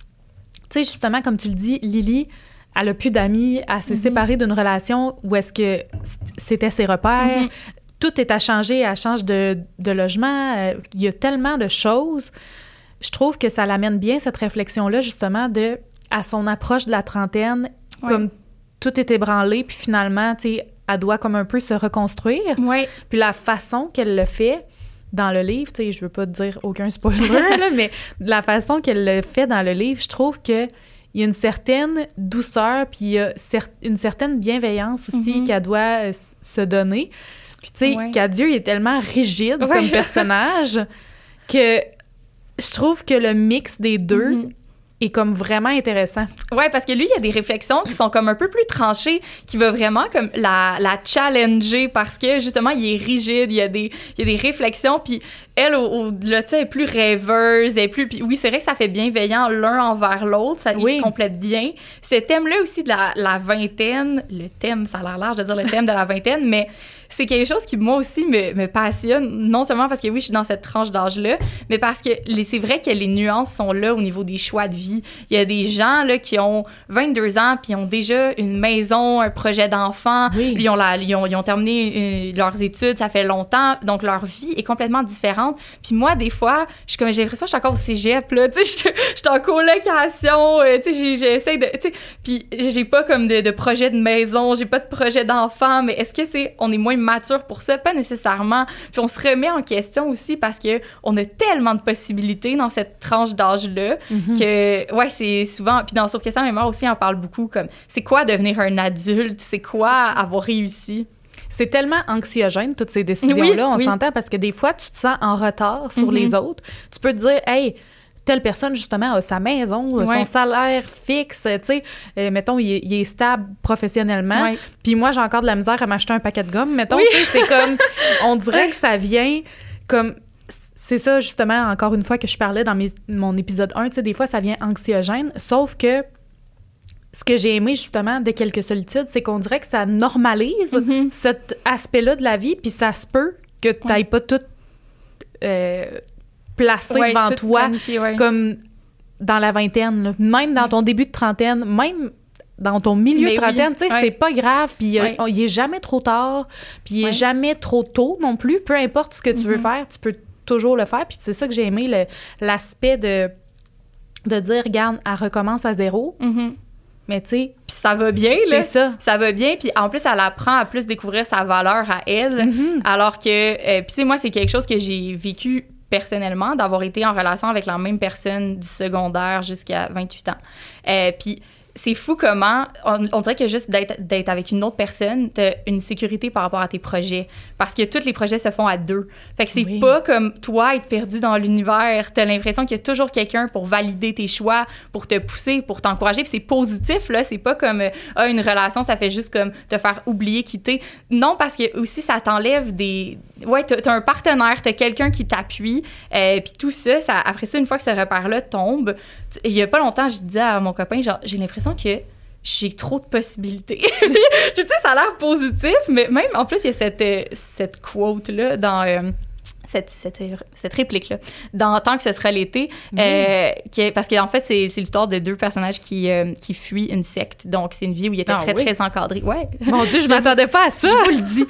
sais, justement, comme tu le dis, Lily, elle a plus d'amis, elle s'est mm-hmm. séparée d'une relation où est-ce que c'était ses repères, mm-hmm. tout est à changer, elle change de, de logement, euh, il y a tellement de choses. Je trouve que ça l'amène bien, cette réflexion-là, justement, de à son approche de la trentaine, ouais. comme tout est ébranlé, puis finalement, tu sais, elle doit comme un peu se reconstruire. Ouais. Puis la façon qu'elle le fait dans le livre, tu sais, je veux pas te dire aucun spoiler, là, mais la façon qu'elle le fait dans le livre, je trouve que il y a une certaine douceur, puis il y a cer- une certaine bienveillance aussi mm-hmm. qu'elle doit euh, se donner. Puis tu sais, ouais. Cadieux, il est tellement rigide ouais. comme personnage que... Je trouve que le mix des deux mm-hmm. est comme vraiment intéressant. Ouais, parce que lui, il y a des réflexions qui sont comme un peu plus tranchées, qui va vraiment comme la, la challenger parce que, justement, il est rigide, il y a des, il y a des réflexions, puis elle, au, au, là, tu sais, elle est plus rêveuse, elle est plus... Puis oui, c'est vrai que ça fait bienveillant l'un envers l'autre, ça oui. se complète bien. Ce thème-là aussi de la, la vingtaine, le thème, ça a l'air large de dire le thème de la vingtaine, mais c'est quelque chose qui, moi aussi, me, me passionne, non seulement parce que, oui, je suis dans cette tranche d'âge-là, mais parce que les, c'est vrai que les nuances sont là au niveau des choix de vie. Il y a des gens, là, qui ont vingt-deux ans, puis ont déjà une maison, un projet d'enfant, oui. ils, ont la, ils, ont, ils ont terminé une, leurs études, ça fait longtemps, donc leur vie est complètement différente. Puis moi, des fois, je comme j'ai l'impression que je suis encore au cégep, là, tu sais, je suis en colocation, euh, tu sais, j'essaie de, tu sais, puis j'ai pas comme de, de projet de maison, j'ai pas de projet d'enfant, mais est-ce que, c'est on est moins mature pour ça? Pas nécessairement. Puis on se remet en question aussi parce que on a tellement de possibilités dans cette tranche d'âge-là mm-hmm. que, ouais, c'est souvent, puis dans Sauf que ça, ma mère aussi en parle beaucoup, comme, c'est quoi devenir un adulte? C'est quoi avoir réussi? C'est tellement anxiogène, toutes ces décisions-là, oui, on oui. s'entend, parce que des fois, tu te sens en retard sur mm-hmm. les autres. Tu peux te dire, hey, telle personne, justement, a sa maison, ouais. son salaire fixe, tu sais, euh, mettons, il est, il est stable professionnellement. Ouais. Puis moi, j'ai encore de la misère à m'acheter un paquet de gomme, mettons, oui. tu sais, c'est comme, on dirait que ça vient comme... C'est ça, justement, encore une fois, que je parlais dans mes, mon épisode un, tu sais, des fois, ça vient anxiogène, sauf que ce que j'ai aimé, justement, de Quelques solitudes, c'est qu'on dirait que ça normalise mm-hmm. cet aspect-là de la vie, puis ça se peut que tu n'ailles ouais. pas tout euh, placé ouais, devant toi, ouais. comme dans la vingtaine, là. Même dans ton début de trentaine, même dans ton milieu Mais de trentaine, oui. tu sais, ouais. c'est pas grave, puis ouais. il est jamais trop tard, puis il ouais. est jamais trop tôt non plus. Peu importe ce que tu mm-hmm. veux faire, tu peux toujours le faire, puis c'est ça que j'ai aimé, le, l'aspect de, de dire, regarde, elle recommence à zéro, mm-hmm. mais tu sais... Puis ça va bien, là. C'est ça. Ça va bien, puis en plus, elle apprend à plus découvrir sa valeur à elle, mm-hmm. alors que... Euh, puis tu sais, moi, c'est quelque chose que j'ai vécu personnellement, d'avoir été en relation avec la même personne du secondaire jusqu'à vingt-huit ans. Euh, puis c'est fou comment, on, on dirait que juste d'être, d'être avec une autre personne, t'as une sécurité par rapport à tes projets. Parce que tous les projets se font à deux. Fait que c'est oui. pas comme toi être perdu dans l'univers. T'as l'impression qu'il y a toujours quelqu'un pour valider tes choix, pour te pousser, pour t'encourager. Puis c'est positif, là. C'est pas comme, ah, une relation, ça fait juste comme te faire oublier, quitter. Non, parce que aussi, ça t'enlève des... Ouais, t'as, t'as un partenaire, t'as quelqu'un qui t'appuie. Euh, puis tout ça, ça, après ça, une fois que ce repère-là tombe, il y a pas longtemps, je disais à mon copain, genre, j'ai l'impression que j'ai trop de possibilités. Tu sais, ça a l'air positif, mais même, en plus, il y a cette, euh, cette quote-là dans... Euh, Cette, cette, cette réplique-là, dans Tant que ce sera l'été, mmh. euh, qui, parce qu'en fait, c'est, c'est l'histoire de deux personnages qui, euh, qui fuient une secte. Donc, c'est une vie où il était ah, très, oui. très encadré. Ouais. Mon Dieu, je m'attendais pas à ça! Je vous le dis.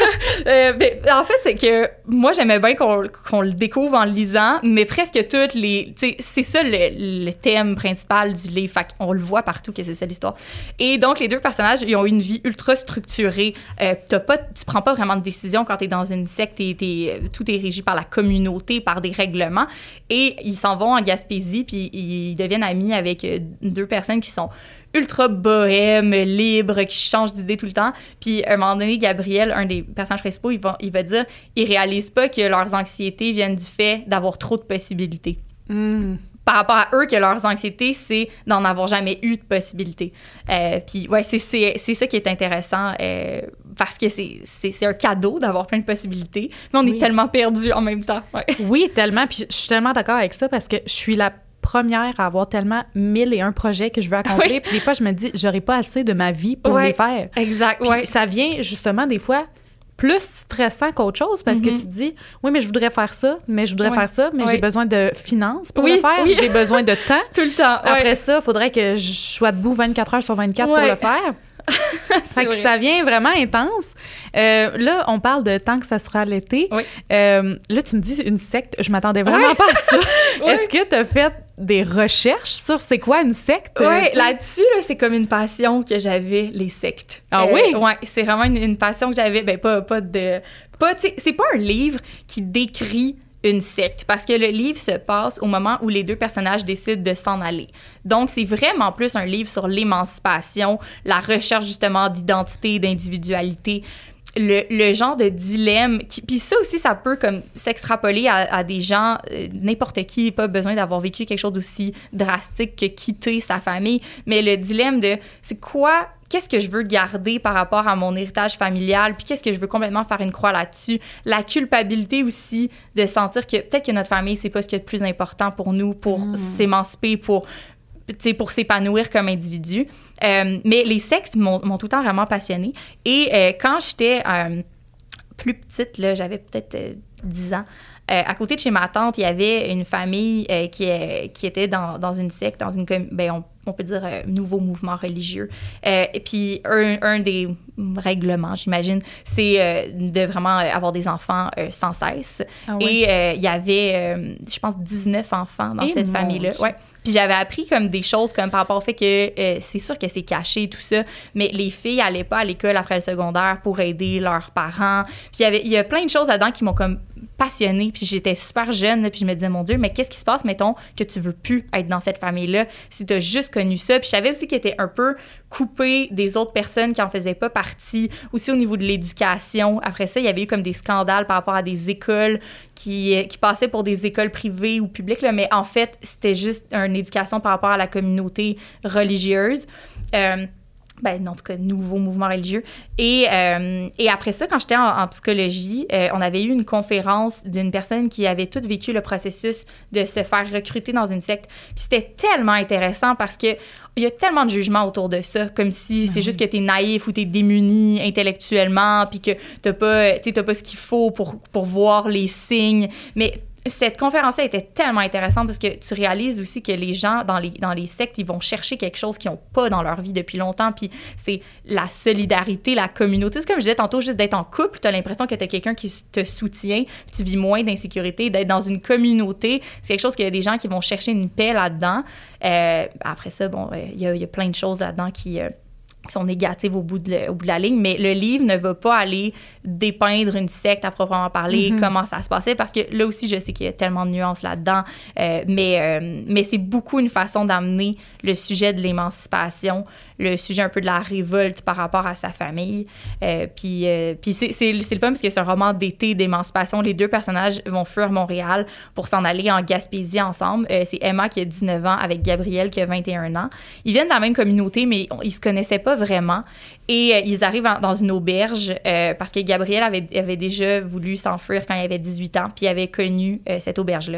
euh, mais, en fait, c'est que moi, j'aimais bien qu'on, qu'on le découvre en le lisant, mais presque toutes les... Tu sais, c'est ça le, le thème principal du livre. Fait qu'on le voit partout que c'est ça l'histoire. Et donc, les deux personnages, ils ont une vie ultra structurée. Euh, t'as pas, tu prends pas vraiment de décision quand t'es dans une secte. T'es, t'es, tout est régi par la communauté, par des règlements. Et ils s'en vont en Gaspésie, puis ils deviennent amis avec deux personnes qui sont ultra bohèmes, libres, qui changent d'idée tout le temps. Puis à un moment donné, Gabriel, un des personnages principaux, il va, il va dire ils réalisent pas que leurs anxiétés viennent du fait d'avoir trop de possibilités. Mm. Par rapport à eux, que leurs anxiétés, c'est d'en avoir jamais eu de possibilités. Euh, puis, ouais, c'est, c'est, c'est ça qui est intéressant, euh, parce que c'est, c'est, c'est un cadeau d'avoir plein de possibilités, mais on oui. est tellement perdus en même temps. Ouais. Oui, tellement. Puis, je suis tellement d'accord avec ça, parce que je suis la première à avoir tellement mille et un projets que je veux accomplir. Oui. Puis, des fois, je me dis, j'aurais pas assez de ma vie pour ouais, les faire. Exact. Puis, ouais. ça vient, justement, des fois... plus stressant qu'autre chose parce mm-hmm. que tu te dis oui mais je voudrais faire ça mais je voudrais ouais. faire ça mais ouais. j'ai besoin de finances pour oui, le faire oui. j'ai besoin de temps tout le temps après ouais. ça il faudrait que je sois debout vingt-quatre heures sur vingt-quatre ouais. pour le faire. Fait que vrai. ça vient vraiment intense. Euh, là, on parle de Tant que ça sera l'été. Oui. Euh, là, tu me dis une secte. Je m'attendais vraiment ouais. pas à ça. Oui. Est-ce que tu as fait des recherches sur c'est quoi une secte? Oui, là-dessus, là, c'est comme une passion que j'avais, les sectes. Ah euh, oui? Oui, c'est vraiment une, une passion que j'avais. Ben, pas, pas de... Pas, c'est pas un livre qui décrit une secte, parce que le livre se passe au moment où les deux personnages décident de s'en aller. Donc, c'est vraiment plus un livre sur l'émancipation, la recherche justement d'identité, d'individualité, le, le genre de dilemme. Qui, puis ça aussi, ça peut comme s'extrapoler à, à des gens, euh, n'importe qui, pas besoin d'avoir vécu quelque chose d'aussi drastique que quitter sa famille, mais le dilemme de c'est quoi... Qu'est-ce que je veux garder par rapport à mon héritage familial, puis qu'est-ce que je veux complètement faire une croix là-dessus. La culpabilité aussi de sentir que peut-être que notre famille, c'est pas ce qui est le plus important pour nous, pour mmh. s'émanciper, pour, pour s'épanouir comme individu. Euh, mais les sectes m'ont, m'ont tout le temps vraiment passionnée. Et euh, quand j'étais euh, plus petite, là, j'avais peut-être euh, dix ans, Euh, à côté de chez ma tante, il y avait une famille euh, qui, euh, qui était dans, dans une secte, dans une, ben, on, on peut dire, euh, nouveau mouvement religieux. Euh, et puis, un, un des règlements, j'imagine, c'est euh, de vraiment avoir des enfants euh, sans cesse. Ah ouais. Et euh, il y avait, euh, je pense, dix-neuf enfants dans et cette famille-là. Ouais. Puis j'avais appris comme des choses comme par rapport au fait que euh, c'est sûr que c'est caché et tout ça, mais les filles allaient pas à l'école après le secondaire pour aider leurs parents. Puis il y avait il y a plein de choses là-dedans qui m'ont comme passionnée. Puis j'étais super jeune, là, puis je me disais, mon Dieu, mais qu'est-ce qui se passe, mettons, que tu veux plus être dans cette famille-là si tu as juste connu ça. Puis je savais aussi qu'il était un peu coupé des autres personnes qui en faisaient pas partie. Aussi au niveau de l'éducation. Après ça, il y avait eu comme des scandales par rapport à des écoles qui, qui passaient pour des écoles privées ou publiques, là, mais en fait, c'était juste une éducation par rapport à la communauté religieuse. Euh, ben, en tout cas, nouveau mouvement religieux. Et, euh, et après ça, quand j'étais en, en psychologie, euh, on avait eu une conférence d'une personne qui avait tout vécu le processus de se faire recruter dans une secte. Puis c'était tellement intéressant parce que il y a tellement de jugements autour de ça, comme si c'est juste que t'es naïf ou t'es démuni intellectuellement, puis que t'as pas, t'as pas ce qu'il faut pour, pour voir les signes. Mais cette conférence-là était tellement intéressante parce que tu réalises aussi que les gens dans les, dans les sectes, ils vont chercher quelque chose qu'ils n'ont pas dans leur vie depuis longtemps. Puis c'est la solidarité, la communauté. C'est comme je disais tantôt, juste d'être en couple, tu as l'impression que tu as quelqu'un qui te soutient, tu vis moins d'insécurité. D'être dans une communauté, c'est quelque chose qu'il y a des gens qui vont chercher une paix là-dedans. Euh, après ça, bon, il y a, il y a plein de choses là-dedans qui... Euh, qui sont négatives au bout, de le, au bout de la ligne, mais le livre ne va pas aller dépeindre une secte à proprement parler, mm-hmm. comment ça se passait, parce que là aussi, je sais qu'il y a tellement de nuances là-dedans, euh, mais, euh, mais c'est beaucoup une façon d'amener le sujet de l'émancipation, le sujet un peu de la révolte par rapport à sa famille. Euh, puis euh, puis c'est, c'est, c'est le fun parce que c'est un roman d'été d'émancipation. Les deux personnages vont fuir Montréal pour s'en aller en Gaspésie ensemble. Euh, c'est Emma qui a dix-neuf ans avec Gabriel qui a vingt et un ans. Ils viennent de la même communauté, mais on, ils se connaissaient pas vraiment. Et euh, ils arrivent en, dans une auberge euh, parce que Gabriel avait, avait déjà voulu s'enfuir quand il avait dix-huit ans, puis il avait connu euh, cette auberge-là.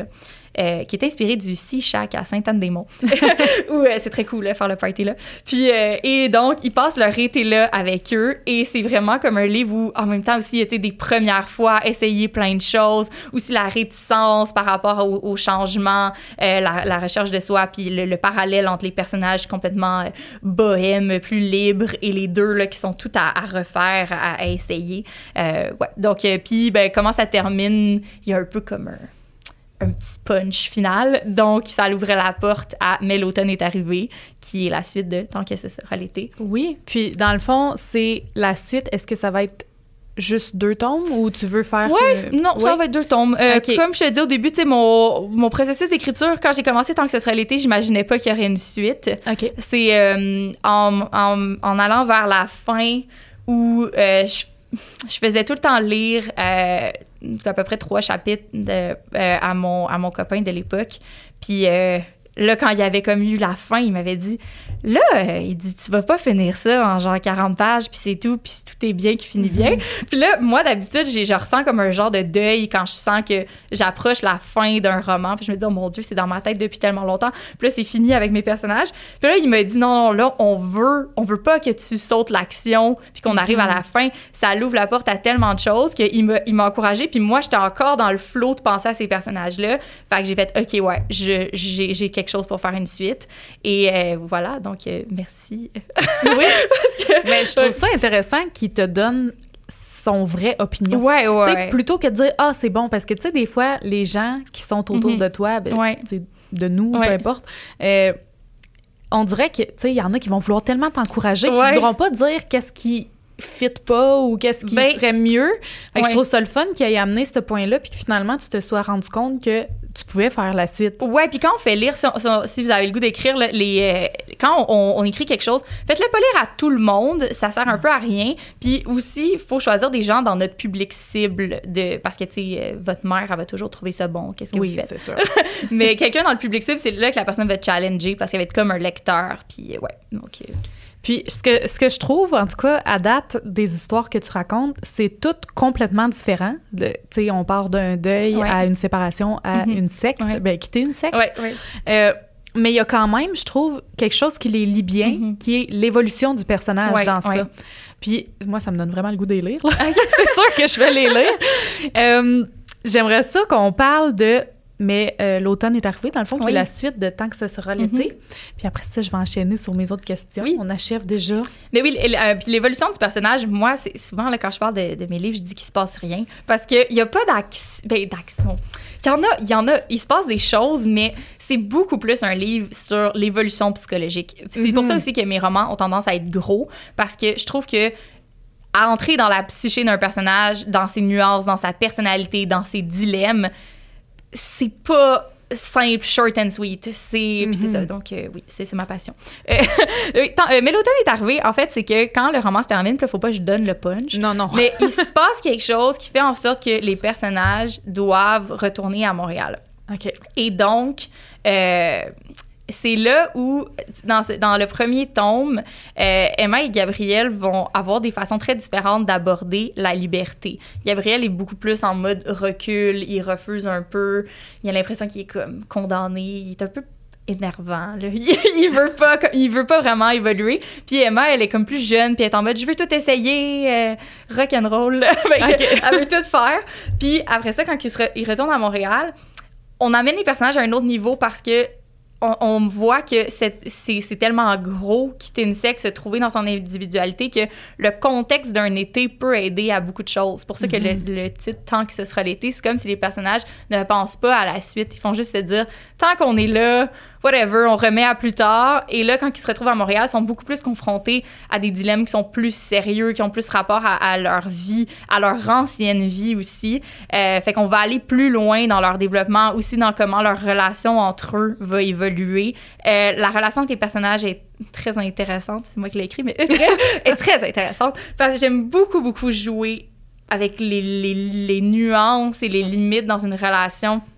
euh, qui est inspiré du Sea Shack à Sainte-Anne-des-Monts, où euh, c'est très cool, là, faire le party là. Puis, euh, et donc, ils passent leur été là avec eux, et c'est vraiment comme un livre où, en même temps aussi, il y a des premières fois, essayer plein de choses, aussi la réticence par rapport au, au changement, euh, la, la recherche de soi, puis le, le parallèle entre les personnages complètement euh, bohèmes, plus libres, et les deux là, qui sont tout à, à refaire, à, à essayer. Euh, ouais. Donc, euh, puis, ben, comment ça termine, il y a un peu comme un, un petit punch final. Donc, ça ouvrait la porte à « Mais l'automne est arrivé », qui est la suite de « Tant que ce sera l'été ». Oui, puis dans le fond, c'est la suite. Est-ce que ça va être juste deux tomes ou tu veux faire... Oui, euh... non, ouais? ça va être deux tomes. Euh, okay. Comme je te dis au début, tu sais, mon, mon processus d'écriture, quand j'ai commencé Tant que ce sera l'été, j'imaginais pas qu'il y aurait une suite. OK. C'est euh, en, en, en allant vers la fin où euh, je, je faisais tout le temps lire euh, à peu près trois chapitres de, euh, à, mon, à mon copain de l'époque. Puis euh, là, quand il y avait comme eu la fin, il m'avait dit... Là, euh, il dit, tu vas pas finir ça en genre quarante pages, puis c'est tout, puis tout est bien qui finit bien. Mm-hmm. Puis là, moi, d'habitude, j'ai, je ressens comme un genre de deuil quand je sens que j'approche la fin d'un roman. Puis je me dis, oh mon Dieu, c'est dans ma tête depuis tellement longtemps. Puis là, c'est fini avec mes personnages. Puis là, il m'a dit, non, non, là, on veut, on veut pas que tu sautes l'action, puis qu'on arrive mm-hmm. à la fin. Ça l'ouvre la porte à tellement de choses qu'il m'a, il m'a encouragée. Puis moi, j'étais encore dans le flot de penser à ces personnages-là. Fait que j'ai fait, OK, ouais, je, j'ai, j'ai quelque chose pour faire une suite. Et euh, voilà, donc, euh, merci. Oui, parce que, mais je trouve ça intéressant qu'il te donne son vraie opinion. Ouais, ouais. Tu sais, plutôt que de dire, ah, c'est bon, parce que, tu sais, des fois, les gens qui sont autour mm-hmm. de toi, ben, ouais. de nous, ouais. peu importe, euh, on dirait que, tu sais, il y en a qui vont vouloir tellement t'encourager qu'ils ouais. ne voudront pas dire qu'est-ce qui fit pas ou qu'est-ce qui ben, serait mieux. Fait que ouais. je trouve ça le fun qu'il ait amené ce point-là puis que finalement, tu te sois rendu compte que tu pouvais faire la suite. Ouais, puis quand on fait lire, si, on, si vous avez le goût d'écrire, là, les, euh, quand on, on écrit quelque chose, faites-le pas lire à tout le monde, ça sert un peu à rien. Puis aussi, il faut choisir des gens dans notre public cible, de, parce que, tu sais, euh, votre mère, elle va toujours trouver ça bon, qu'est-ce que oui, vous faites? Oui, c'est sûr. Mais quelqu'un dans le public cible, c'est là que la personne va te challenger, parce qu'elle va être comme un lecteur, puis ouais, donc... Euh, Puis, ce que, ce que je trouve, en tout cas, à date, des histoires que tu racontes, c'est tout complètement différent. Tu sais, on part d'un deuil ouais. à une séparation, à mm-hmm. une secte. Ouais. Ben, quitter une secte. Ouais, ouais. Euh, mais il y a quand même, je trouve, quelque chose qui les lie bien, mm-hmm. qui est l'évolution du personnage ouais, dans ouais. ça. Puis, moi, ça me donne vraiment le goût de les lire. C'est sûr que je vais les lire. Euh, j'aimerais ça qu'on parle de... Mais euh, l'automne est arrivé, dans le fond, qui oui. est la suite de Tant que ce sera l'été. Mm-hmm. Puis après ça, je vais enchaîner sur mes autres questions. Oui. On achève déjà. Mais oui, euh, puis l'évolution du personnage, moi, c'est souvent, là, quand je parle de, de mes livres, je dis qu'il se passe rien. Parce qu'il n'y a pas d'action. Ben, d'action. Il y en a, il y en a, il se passe des choses, mais c'est beaucoup plus un livre sur l'évolution psychologique. C'est mm-hmm. pour ça aussi que mes romans ont tendance à être gros, parce que je trouve que à entrer dans la psyché d'un personnage, dans ses nuances, dans sa personnalité, dans ses dilemmes, c'est pas simple, short and sweet. C'est, mm-hmm. c'est ça. Donc, euh, oui, c'est, c'est ma passion. Euh, tant, euh, mais l'automne est arrivé, en fait, c'est que quand le roman se termine, il ne faut pas que je donne le punch. Non, non. Mais il se passe quelque chose qui fait en sorte que les personnages doivent retourner à Montréal. OK. Et donc, euh, c'est là où, dans, dans le premier tome, euh, Emma et Gabriel vont avoir des façons très différentes d'aborder la liberté. Gabriel est beaucoup plus en mode recul, il refuse un peu, il a l'impression qu'il est comme condamné, il est un peu énervant, là. Il, il veut pas, il veut pas vraiment évoluer. Puis Emma, elle est comme plus jeune, puis elle est en mode, je veux tout essayer, euh, rock'n'roll, okay. Elle veut tout faire. Puis après ça, quand il, se re, il retourne à Montréal, on amène les personnages à un autre niveau parce que On, on voit que c'est, c'est, c'est tellement gros quitter une secte, se trouver dans son individualité, que le contexte d'un été peut aider à beaucoup de choses. C'est pour ça que mm-hmm. le, le titre « Tant que ce sera l'été », c'est comme si les personnages ne pensent pas à la suite. Ils font juste se dire « Tant qu'on est là, whatever, on remet à plus tard ». Et là, quand ils se retrouvent à Montréal, ils sont beaucoup plus confrontés à des dilemmes qui sont plus sérieux, qui ont plus rapport à, à leur vie, à leur ancienne vie aussi. Euh, fait qu'on va aller plus loin dans leur développement, aussi dans comment leur relation entre eux va évoluer. Euh, la relation avec les personnages est très intéressante. C'est moi qui l'ai écrit, mais est très intéressante parce que j'aime beaucoup, beaucoup jouer avec les, les, les nuances et les limites dans une relation.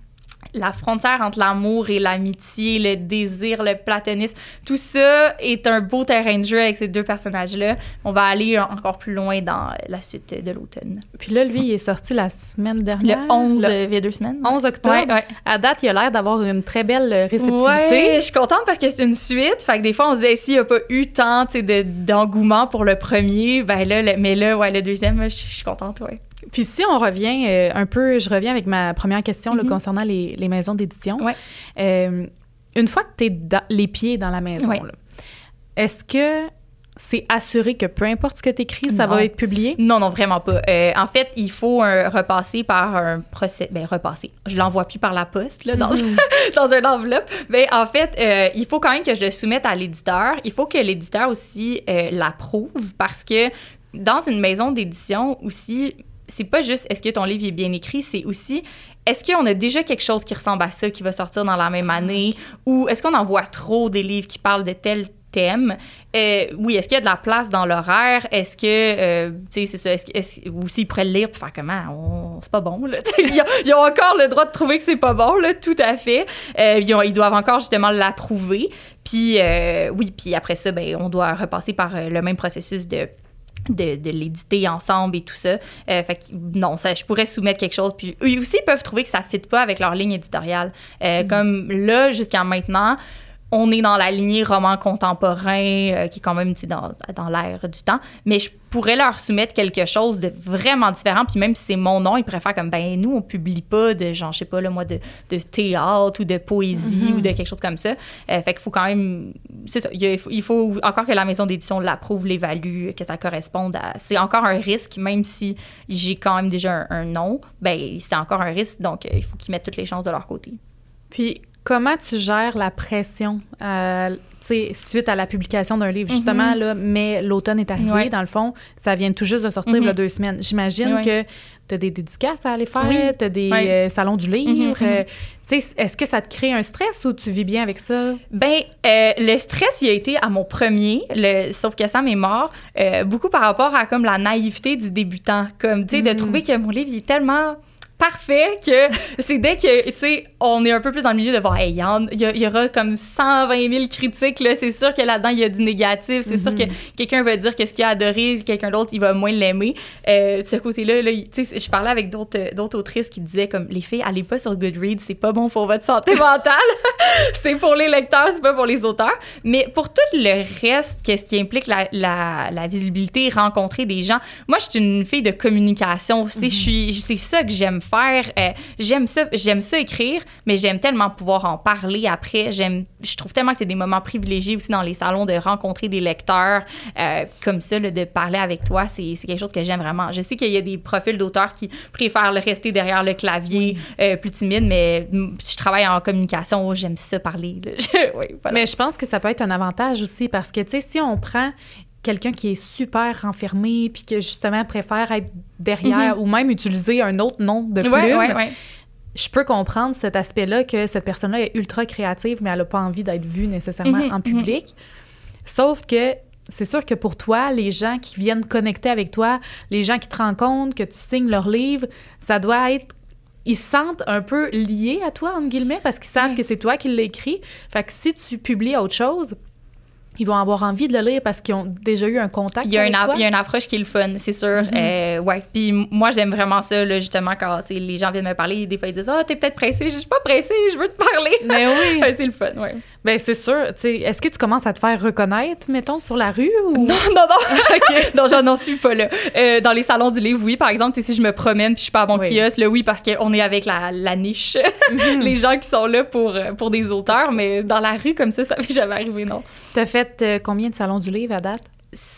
la frontière entre l'amour et l'amitié, le désir, le platonisme, tout ça est un beau terrain de jeu avec ces deux personnages-là. On va aller encore plus loin dans la suite de l'automne. Puis là, lui, il est sorti la semaine dernière. Le onze, le... il y a deux semaines. onze octobre. Ouais, ouais. À date, il a l'air d'avoir une très belle réceptivité. Ouais, je suis contente parce que c'est une suite. Fait que des fois, on se disait, s'il n'y a pas eu tant de, d'engouement pour le premier, ben là, le, mais là, ouais, le deuxième, je suis contente, ouais. Puis si on revient euh, un peu, je reviens avec ma première question mm-hmm. là, concernant les, les maisons d'édition. Ouais. Euh, une fois que tu es les pieds dans la maison, ouais. là, est-ce que c'est assuré que peu importe ce que tu écris, ça va être publié? Non, non, vraiment pas. Euh, en fait, il faut euh, repasser par un procès... Ben, repasser. Je l'envoie plus par la poste, là, dans, mm-hmm. dans une enveloppe. Mais en fait, euh, il faut quand même que je le soumette à l'éditeur. Il faut que l'éditeur aussi euh, l'approuve parce que dans une maison d'édition aussi... c'est pas juste est-ce que ton livre est bien écrit, c'est aussi est-ce qu'on a déjà quelque chose qui ressemble à ça qui va sortir dans la même année ou est-ce qu'on en voit trop des livres qui parlent de tel thème? Euh, oui, est-ce qu'il y a de la place dans l'horaire? Est-ce que, euh, tu sais, c'est ça, est-ce, est-ce, ou s'ils pourraient le lire pour faire comment? On, c'est pas bon, là. Ils ont, ils ont encore le droit de trouver que c'est pas bon, là, tout à fait. Euh, ils, ont, ils doivent encore, justement, l'approuver. Puis, euh, oui, puis après ça, ben on doit repasser par le même processus de De, de l'éditer ensemble et tout ça. Euh, fait que non, ça, je pourrais soumettre quelque chose. Puis eux aussi, ils peuvent trouver que ça ne fit pas avec leur ligne éditoriale. Euh, mm. Comme là, jusqu'à maintenant, on est dans la lignée roman contemporain, euh, qui est quand même dans, dans l'air du temps. Mais je pourrais leur soumettre quelque chose de vraiment différent. Puis même si c'est mon nom, ils préfèrent comme, ben nous, on publie pas de, genre, je sais pas, là, moi, de, de théâtre ou de poésie mm-hmm. ou de quelque chose comme ça. Euh, fait qu'il faut quand même... C'est ça. Il faut, il faut encore que la maison d'édition l'approuve, l'évalue, que ça corresponde à... C'est encore un risque, même si j'ai quand même déjà un, un nom, ben c'est encore un risque. Donc, il faut qu'ils mettent toutes les chances de leur côté. Puis... comment tu gères la pression euh, suite à la publication d'un livre? Justement, mm-hmm. là, mais l'automne est arrivé, ouais. dans le fond, ça vient tout juste de sortir mm-hmm. il y a deux semaines. J'imagine ouais. que tu as des dédicaces à aller faire, oui. tu as des ouais. euh, salons du livre. Mm-hmm. Euh, est-ce que ça te crée un stress ou tu vis bien avec ça? Bien, euh, le stress, il a été à mon premier, le, sauf que Sam est mort, euh, beaucoup par rapport à comme la naïveté du débutant. Comme, tu sais, mm-hmm. de trouver que mon livre, il est tellement... parfait que c'est dès que, tu sais, on est un peu plus dans le milieu de voir, hey, il y, y aura comme cent vingt mille critiques, là, c'est sûr que là-dedans, il y a du négatif, c'est mm-hmm. sûr que quelqu'un va dire que ce qu'il a adoré, quelqu'un d'autre, il va moins l'aimer. Euh, de ce côté-là, là, tu sais, je parlais avec d'autres, d'autres autrices qui disaient, comme, les filles, allez pas sur Goodreads, c'est pas bon pour votre santé mentale, c'est pour les lecteurs, c'est pas pour les auteurs. Mais pour tout le reste, qu'est-ce qui implique la, la, la visibilité, rencontrer des gens, moi, je suis une fille de communication, tu sais, mm-hmm. c'est ça que j'aime faire. Euh, j'aime ça, j'aime ça écrire, mais j'aime tellement pouvoir en parler après. J'aime, je trouve tellement que c'est des moments privilégiés aussi dans les salons de rencontrer des lecteurs euh, comme ça, là, de parler avec toi. C'est, c'est quelque chose que j'aime vraiment. Je sais qu'il y a des profils d'auteurs qui préfèrent le rester derrière le clavier, euh, plus timide, mais je travaille en communication, j'aime ça parler. Là. Oui, voilà. Mais je pense que ça peut être un avantage aussi parce que, tu sais, si on prend quelqu'un qui est super renfermé puis que justement préfère être derrière mm-hmm. ou même utiliser un autre nom de plume, ouais, ouais, ouais. je peux comprendre cet aspect-là que cette personne-là est ultra créative mais elle n'a pas envie d'être vue nécessairement mm-hmm. en public. Mm-hmm. Sauf que c'est sûr que pour toi, les gens qui viennent connecter avec toi, les gens qui te rencontrent, que tu signes leur livre, ça doit être... Ils se sentent un peu liés à toi, entre guillemets, parce qu'ils savent mm-hmm. que c'est toi qui l'as écrit. Fait que si tu publies autre chose... ils vont avoir envie de le lire parce qu'ils ont déjà eu un contact il y a avec une, toi. Il y a une approche qui est le fun, c'est sûr. Mm-hmm. Euh, ouais. Puis moi, j'aime vraiment ça, là, justement, quand les gens viennent me parler, des fois, ils disent « Ah, oh, t'es peut-être pressée. » Je suis pas pressée, je veux te parler. Mais oui. Ouais, c'est le fun, ouais. Bien, c'est sûr. T'sais, est-ce que tu commences à te faire reconnaître, mettons, sur la rue? Ou... Non, non, non. Okay. Non, j'en n'en suis pas là. Euh, dans les salons du livre, oui, par exemple, si je me promène puis je suis pas à mon oui. kiosque, là, oui, parce qu'on est avec la, la niche. Mm-hmm. Les gens qui sont là pour, pour des auteurs, mais dans la rue, comme ça, ça m'est jamais arrivé, non. T'as fait euh, combien de salons du livre à date?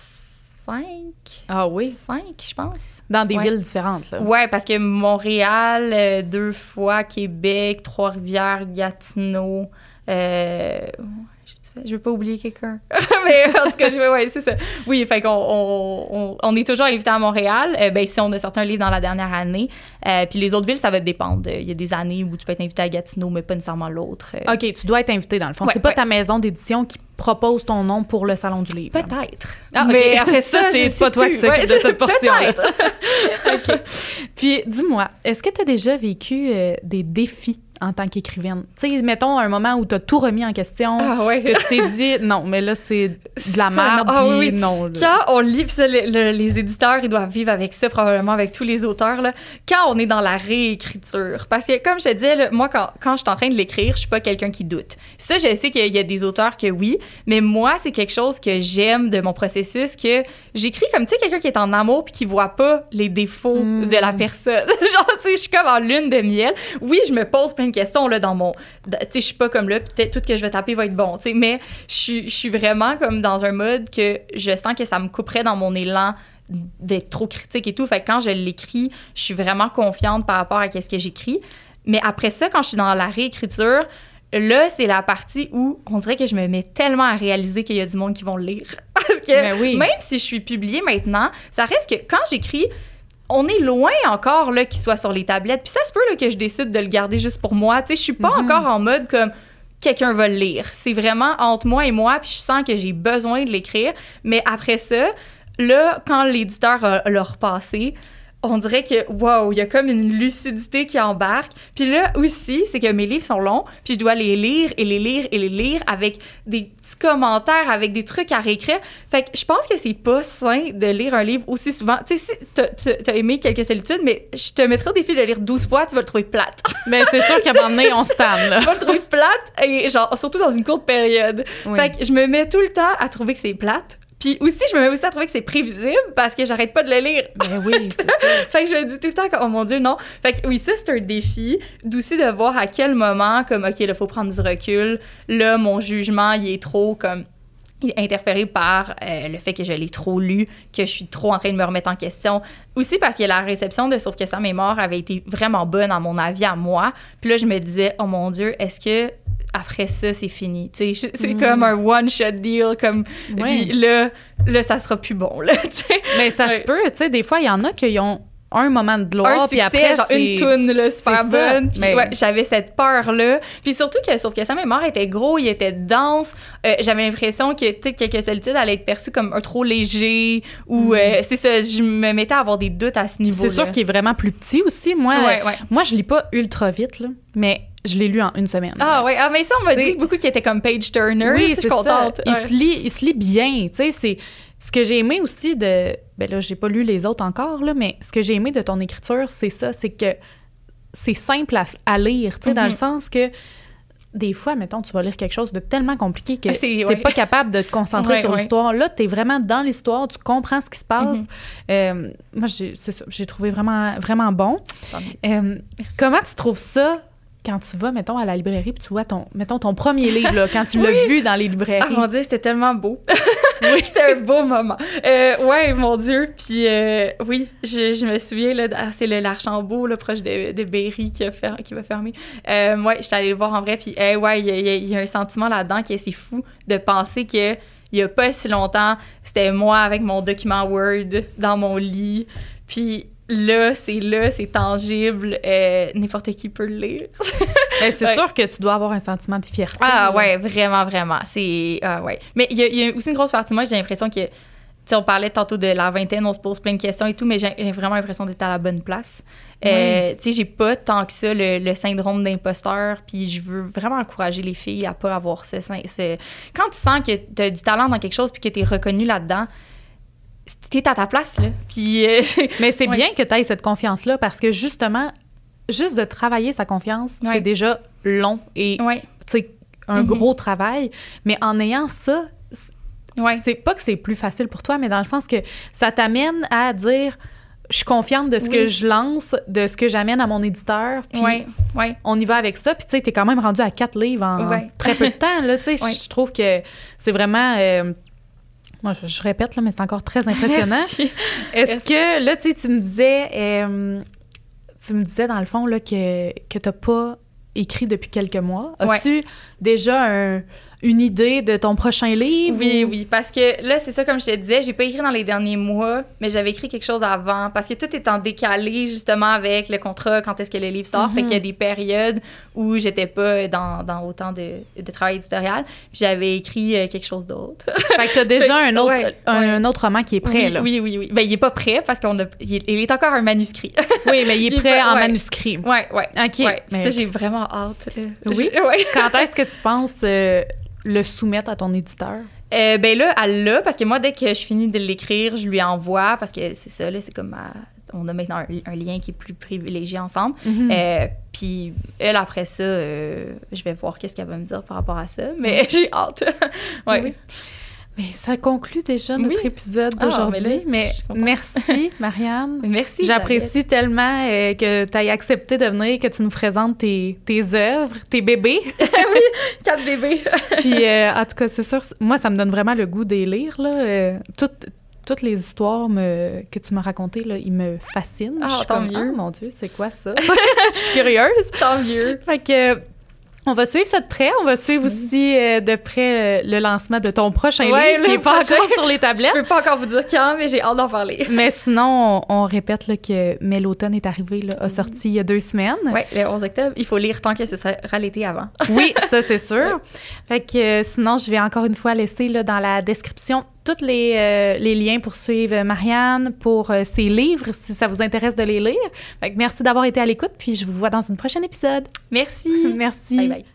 Cinq. Ah oui? Cinq, je pense. Dans des ouais. villes différentes, là. Ouais, parce que Montréal, euh, deux fois, Québec, Trois-Rivières, Gatineau. Euh... Je veux pas oublier quelqu'un. Mais en tout cas, je veux, ouais, c'est ça. Oui, fait qu'on on, on, on est toujours invité à Montréal. Euh, ben, si on a sorti un livre dans la dernière année. Euh, puis les autres villes, ça va dépendre. Il y a des années où tu peux être invité à Gatineau, mais pas nécessairement l'autre. Euh... OK, tu dois être invité, dans le fond. Ouais, c'est pas ouais. ta maison d'édition qui propose ton nom pour le Salon du livre. Peut-être. Ah, okay. Mais après ça, ça c'est pas toi qui s'occupe ouais, de cette portion-là. Peut-être. OK. Puis, dis-moi, est-ce que tu as déjà vécu euh, des défis en tant qu'écrivaine? Tu sais, mettons un moment où tu as tout remis en question, ah, ouais. que tu t'es dit, non, mais là, c'est de la merde, ah, puis oui. non. Là. Quand on lit, puis ça, le, le, les éditeurs, ils doivent vivre avec ça, probablement avec tous les auteurs, là, quand on est dans la réécriture. Parce que, comme je te disais, là, moi, quand, quand je suis en train de l'écrire, je suis pas quelqu'un qui doute. Ça, je sais qu'il y a des auteurs que oui, mais moi, c'est quelque chose que j'aime de mon processus, que j'écris comme, tu sais, quelqu'un qui est en amour puis qui voit pas les défauts mm. de la personne. Genre, tu sais, je suis comme en lune de miel. Oui, je me pose plein de questions, là, dans mon... Tu sais, je suis pas comme là, puis tout ce que je vais taper va être bon, tu sais, mais je suis vraiment comme dans un mode que je sens que ça me couperait dans mon élan d'être trop critique et tout. Fait que quand je l'écris, je suis vraiment confiante par rapport à ce que j'écris. Mais après ça, quand je suis dans la réécriture, là, c'est la partie où on dirait que je me mets tellement à réaliser qu'il y a du monde qui vont le lire. Parce que oui. même si je suis publiée maintenant, ça reste que quand j'écris, on est loin encore là qu'il soit sur les tablettes. Puis ça se peut là, que je décide de le garder juste pour moi. Tu sais, je suis pas mm-hmm. encore en mode comme quelqu'un va le lire. C'est vraiment entre moi et moi, puis je sens que j'ai besoin de l'écrire. Mais après ça, là, quand l'éditeur a, l'a repassé, on dirait que, wow, il y a comme une lucidité qui embarque. Puis là aussi, c'est que mes livres sont longs, puis je dois les lire et les lire et les lire avec des petits commentaires, avec des trucs à réécrire. Fait que je pense que c'est pas sain de lire un livre aussi souvent. Tu sais, si t'as, t'as aimé Quelques solitudes, mais je te mettrai au défi de le lire douze fois, tu vas le trouver plate. Mais c'est sûr qu'à un moment donné, on se tanne, là. Tu vas le trouver plate, et genre, surtout dans une courte période. Oui. Fait que je me mets tout le temps à trouver que c'est plate. Puis aussi, je me mets aussi à trouver que c'est prévisible parce que j'arrête pas de le lire. Ben oui, c'est ça. Fait que je me dis tout le temps que, oh mon Dieu, non. Fait que oui, ça, c'est un défi d'aussi de voir à quel moment, comme, OK, là, faut prendre du recul. Là, mon jugement, il est trop, comme, il est interféré par euh, le fait que je l'ai trop lu, que je suis trop en train de me remettre en question. Aussi parce que la réception de Sauf que Sam est mort avait été vraiment bonne, à mon avis, à moi. Puis là, je me disais, oh mon Dieu, est-ce que après ça, c'est fini. T'sais, c'est mm. comme un one-shot deal. Comme, ouais. Puis là, là, ça sera plus bon. Là, mais ça ouais. se peut. Tu sais, des fois, il y en a qui ont un moment de gloire. Puis après, genre c'est... une toune là, super bonne. Puis mais... ouais, j'avais cette peur-là. Puis surtout que Sauf que Sam est mort était gros, il était dense. Euh, j'avais l'impression que peut-être Quelques solitudes allait être perçu comme un trop léger. Ou mm. euh, c'est ça, je me mettais à avoir des doutes à ce niveau-là. C'est sûr qu'il est vraiment plus petit aussi. Moi, ouais, ouais. moi je lis pas ultra vite, là, mais... Je l'ai lu en une semaine. Ah oui, ah, mais ça, on m'a dit beaucoup qu'il était comme page turner. Oui, c'est je suis contente. Il, ouais. se lit, il se lit bien. Tu sais, c'est ce que j'ai aimé aussi de... Ben là, j'ai pas lu les autres encore, là, mais ce que j'ai aimé de ton écriture, c'est ça, c'est que c'est simple à, à lire, tu sais, mm-hmm. dans le sens que des fois, mettons, tu vas lire quelque chose de tellement compliqué que tu n'es ouais. pas capable de te concentrer ouais, sur ouais. l'histoire. Là, tu es vraiment dans l'histoire, tu comprends ce qui se passe. Mm-hmm. Euh, moi, j'ai, c'est ça, j'ai trouvé vraiment, vraiment bon. Euh, comment tu trouves ça quand tu vas, mettons, à la librairie puis tu vois ton, mettons, ton premier livre, là, quand tu l'as oui. vu dans les librairies? Ah, mon Dieu, c'était tellement beau. Oui, c'était un beau moment. Euh, ouais, mon Dieu. Puis euh, oui, je, je me souviens, là, ah, c'est le l'Archambault, là, proche de, de Berry qui, a fer, qui va fermer. Euh, ouais, j'étais allée le voir en vrai. Puis euh, ouais, il y, y, y a un sentiment là-dedans qui est assez fou de penser que il y a pas si longtemps, c'était moi avec mon document Word dans mon lit. Puis là, c'est là, c'est tangible, euh, n'importe qui peut le lire. Ben, c'est ouais. sûr que tu dois avoir un sentiment de fierté. Ah là. Ouais, vraiment, vraiment. C'est, ah, ouais. Mais il y, y a aussi une grosse partie de moi, j'ai l'impression que, tu sais, on parlait tantôt de la vingtaine, on se pose plein de questions et tout, mais j'ai vraiment l'impression d'être à la bonne place. Oui. Euh, tu sais, j'ai pas tant que ça le, le syndrome d'imposteur, puis je veux vraiment encourager les filles à pas avoir ce... ce... Quand tu sens que t'as du talent dans quelque chose puis que t'es reconnue là-dedans, t'es à ta place, là. Puis, euh, mais c'est ouais. bien que t'aies cette confiance-là parce que, justement, juste de travailler sa confiance, ouais. c'est déjà long et, ouais. tu sais, un mm-hmm. gros travail. Mais en ayant ça, ouais. c'est pas que c'est plus facile pour toi, mais dans le sens que ça t'amène à dire... Je suis confiante de ce oui. que je lance, de ce que j'amène à mon éditeur, puis ouais, ouais. on y va avec ça. Puis tu sais, t'es quand même rendu à quatre livres en ouais. très peu de temps, là, tu sais. Ouais. Je trouve que c'est vraiment... Euh, moi, je, je répète, là, mais c'est encore très impressionnant. Merci. Est-ce Merci. que, là, tu sais, tu me disais... Euh, tu me disais, dans le fond, là, que, que t'as pas écrit depuis quelques mois. As-tu ouais. déjà un, une idée de ton prochain livre? Oui, ou... oui, parce que là, c'est ça, comme je te disais, j'ai pas écrit dans les derniers mois, mais j'avais écrit quelque chose avant, parce que tout est en décalé, justement, avec le contrat, quand est-ce que le livre sort. Mm-hmm. Fait qu'il y a des périodes où j'étais pas dans, dans autant de, de travail éditorial, puis j'avais écrit euh, quelque chose d'autre. Fait que t'as déjà un autre, ouais, un, ouais. un autre roman qui est prêt, oui, là. Oui, oui, oui. Ben, il est pas prêt, parce qu'il il est encore un manuscrit. Oui, mais il est il prêt est pas, en ouais. manuscrit. Oui, oui. OK. Ouais. Mais... ça, j'ai vraiment hâte. Là. Oui? Ouais. Quand est-ce que tu penses euh, le soumettre à ton éditeur? Euh, ben là, elle l'a, parce que moi, dès que je finis de l'écrire, je lui envoie, parce que c'est ça, là, c'est comme... Ma... On a maintenant un, un lien qui est plus privilégié ensemble. Mm-hmm. Euh, puis elle, après ça, euh, je vais voir qu'est-ce qu'elle va me dire par rapport à ça, mais j'ai hâte. Ouais. Oui. Mais ça conclut déjà notre oui. épisode d'aujourd'hui. Ah, mais, mais merci, Marianne. Merci. J'apprécie Isabelle. tellement euh, que tu aies accepté de venir, que tu nous présentes tes, tes œuvres, tes bébés. Oui, quatre bébés. Puis, euh, en tout cas, c'est sûr, moi, ça me donne vraiment le goût de les lire. Là. Euh, toutes, toutes les histoires me, que tu m'as racontées, là, ils me fascinent. Ah, oh, tant comme, mieux. Oh mon Dieu, c'est quoi ça? Je suis curieuse. Tant mieux. Fait que... On va suivre ça de près. On va suivre aussi euh, de près euh, le lancement de ton prochain ouais, livre qui n'est pas prochain, encore sur les tablettes. Je peux pas encore vous dire quand, mais j'ai hâte d'en parler. Mais sinon, on, on répète là, que Mais l'automne est arrivé, là, a sorti il y a deux semaines. Oui, le onze octobre. Il faut lire tant que ce sera l'été avant. Oui, ça, c'est sûr. Fait que euh, sinon, je vais encore une fois laisser là, dans la description tous les, euh, les liens pour suivre Marianne pour euh, ses livres, si ça vous intéresse de les lire. Fait que merci d'avoir été à l'écoute, puis je vous vois dans un prochain épisode. Merci. Merci. Bye bye.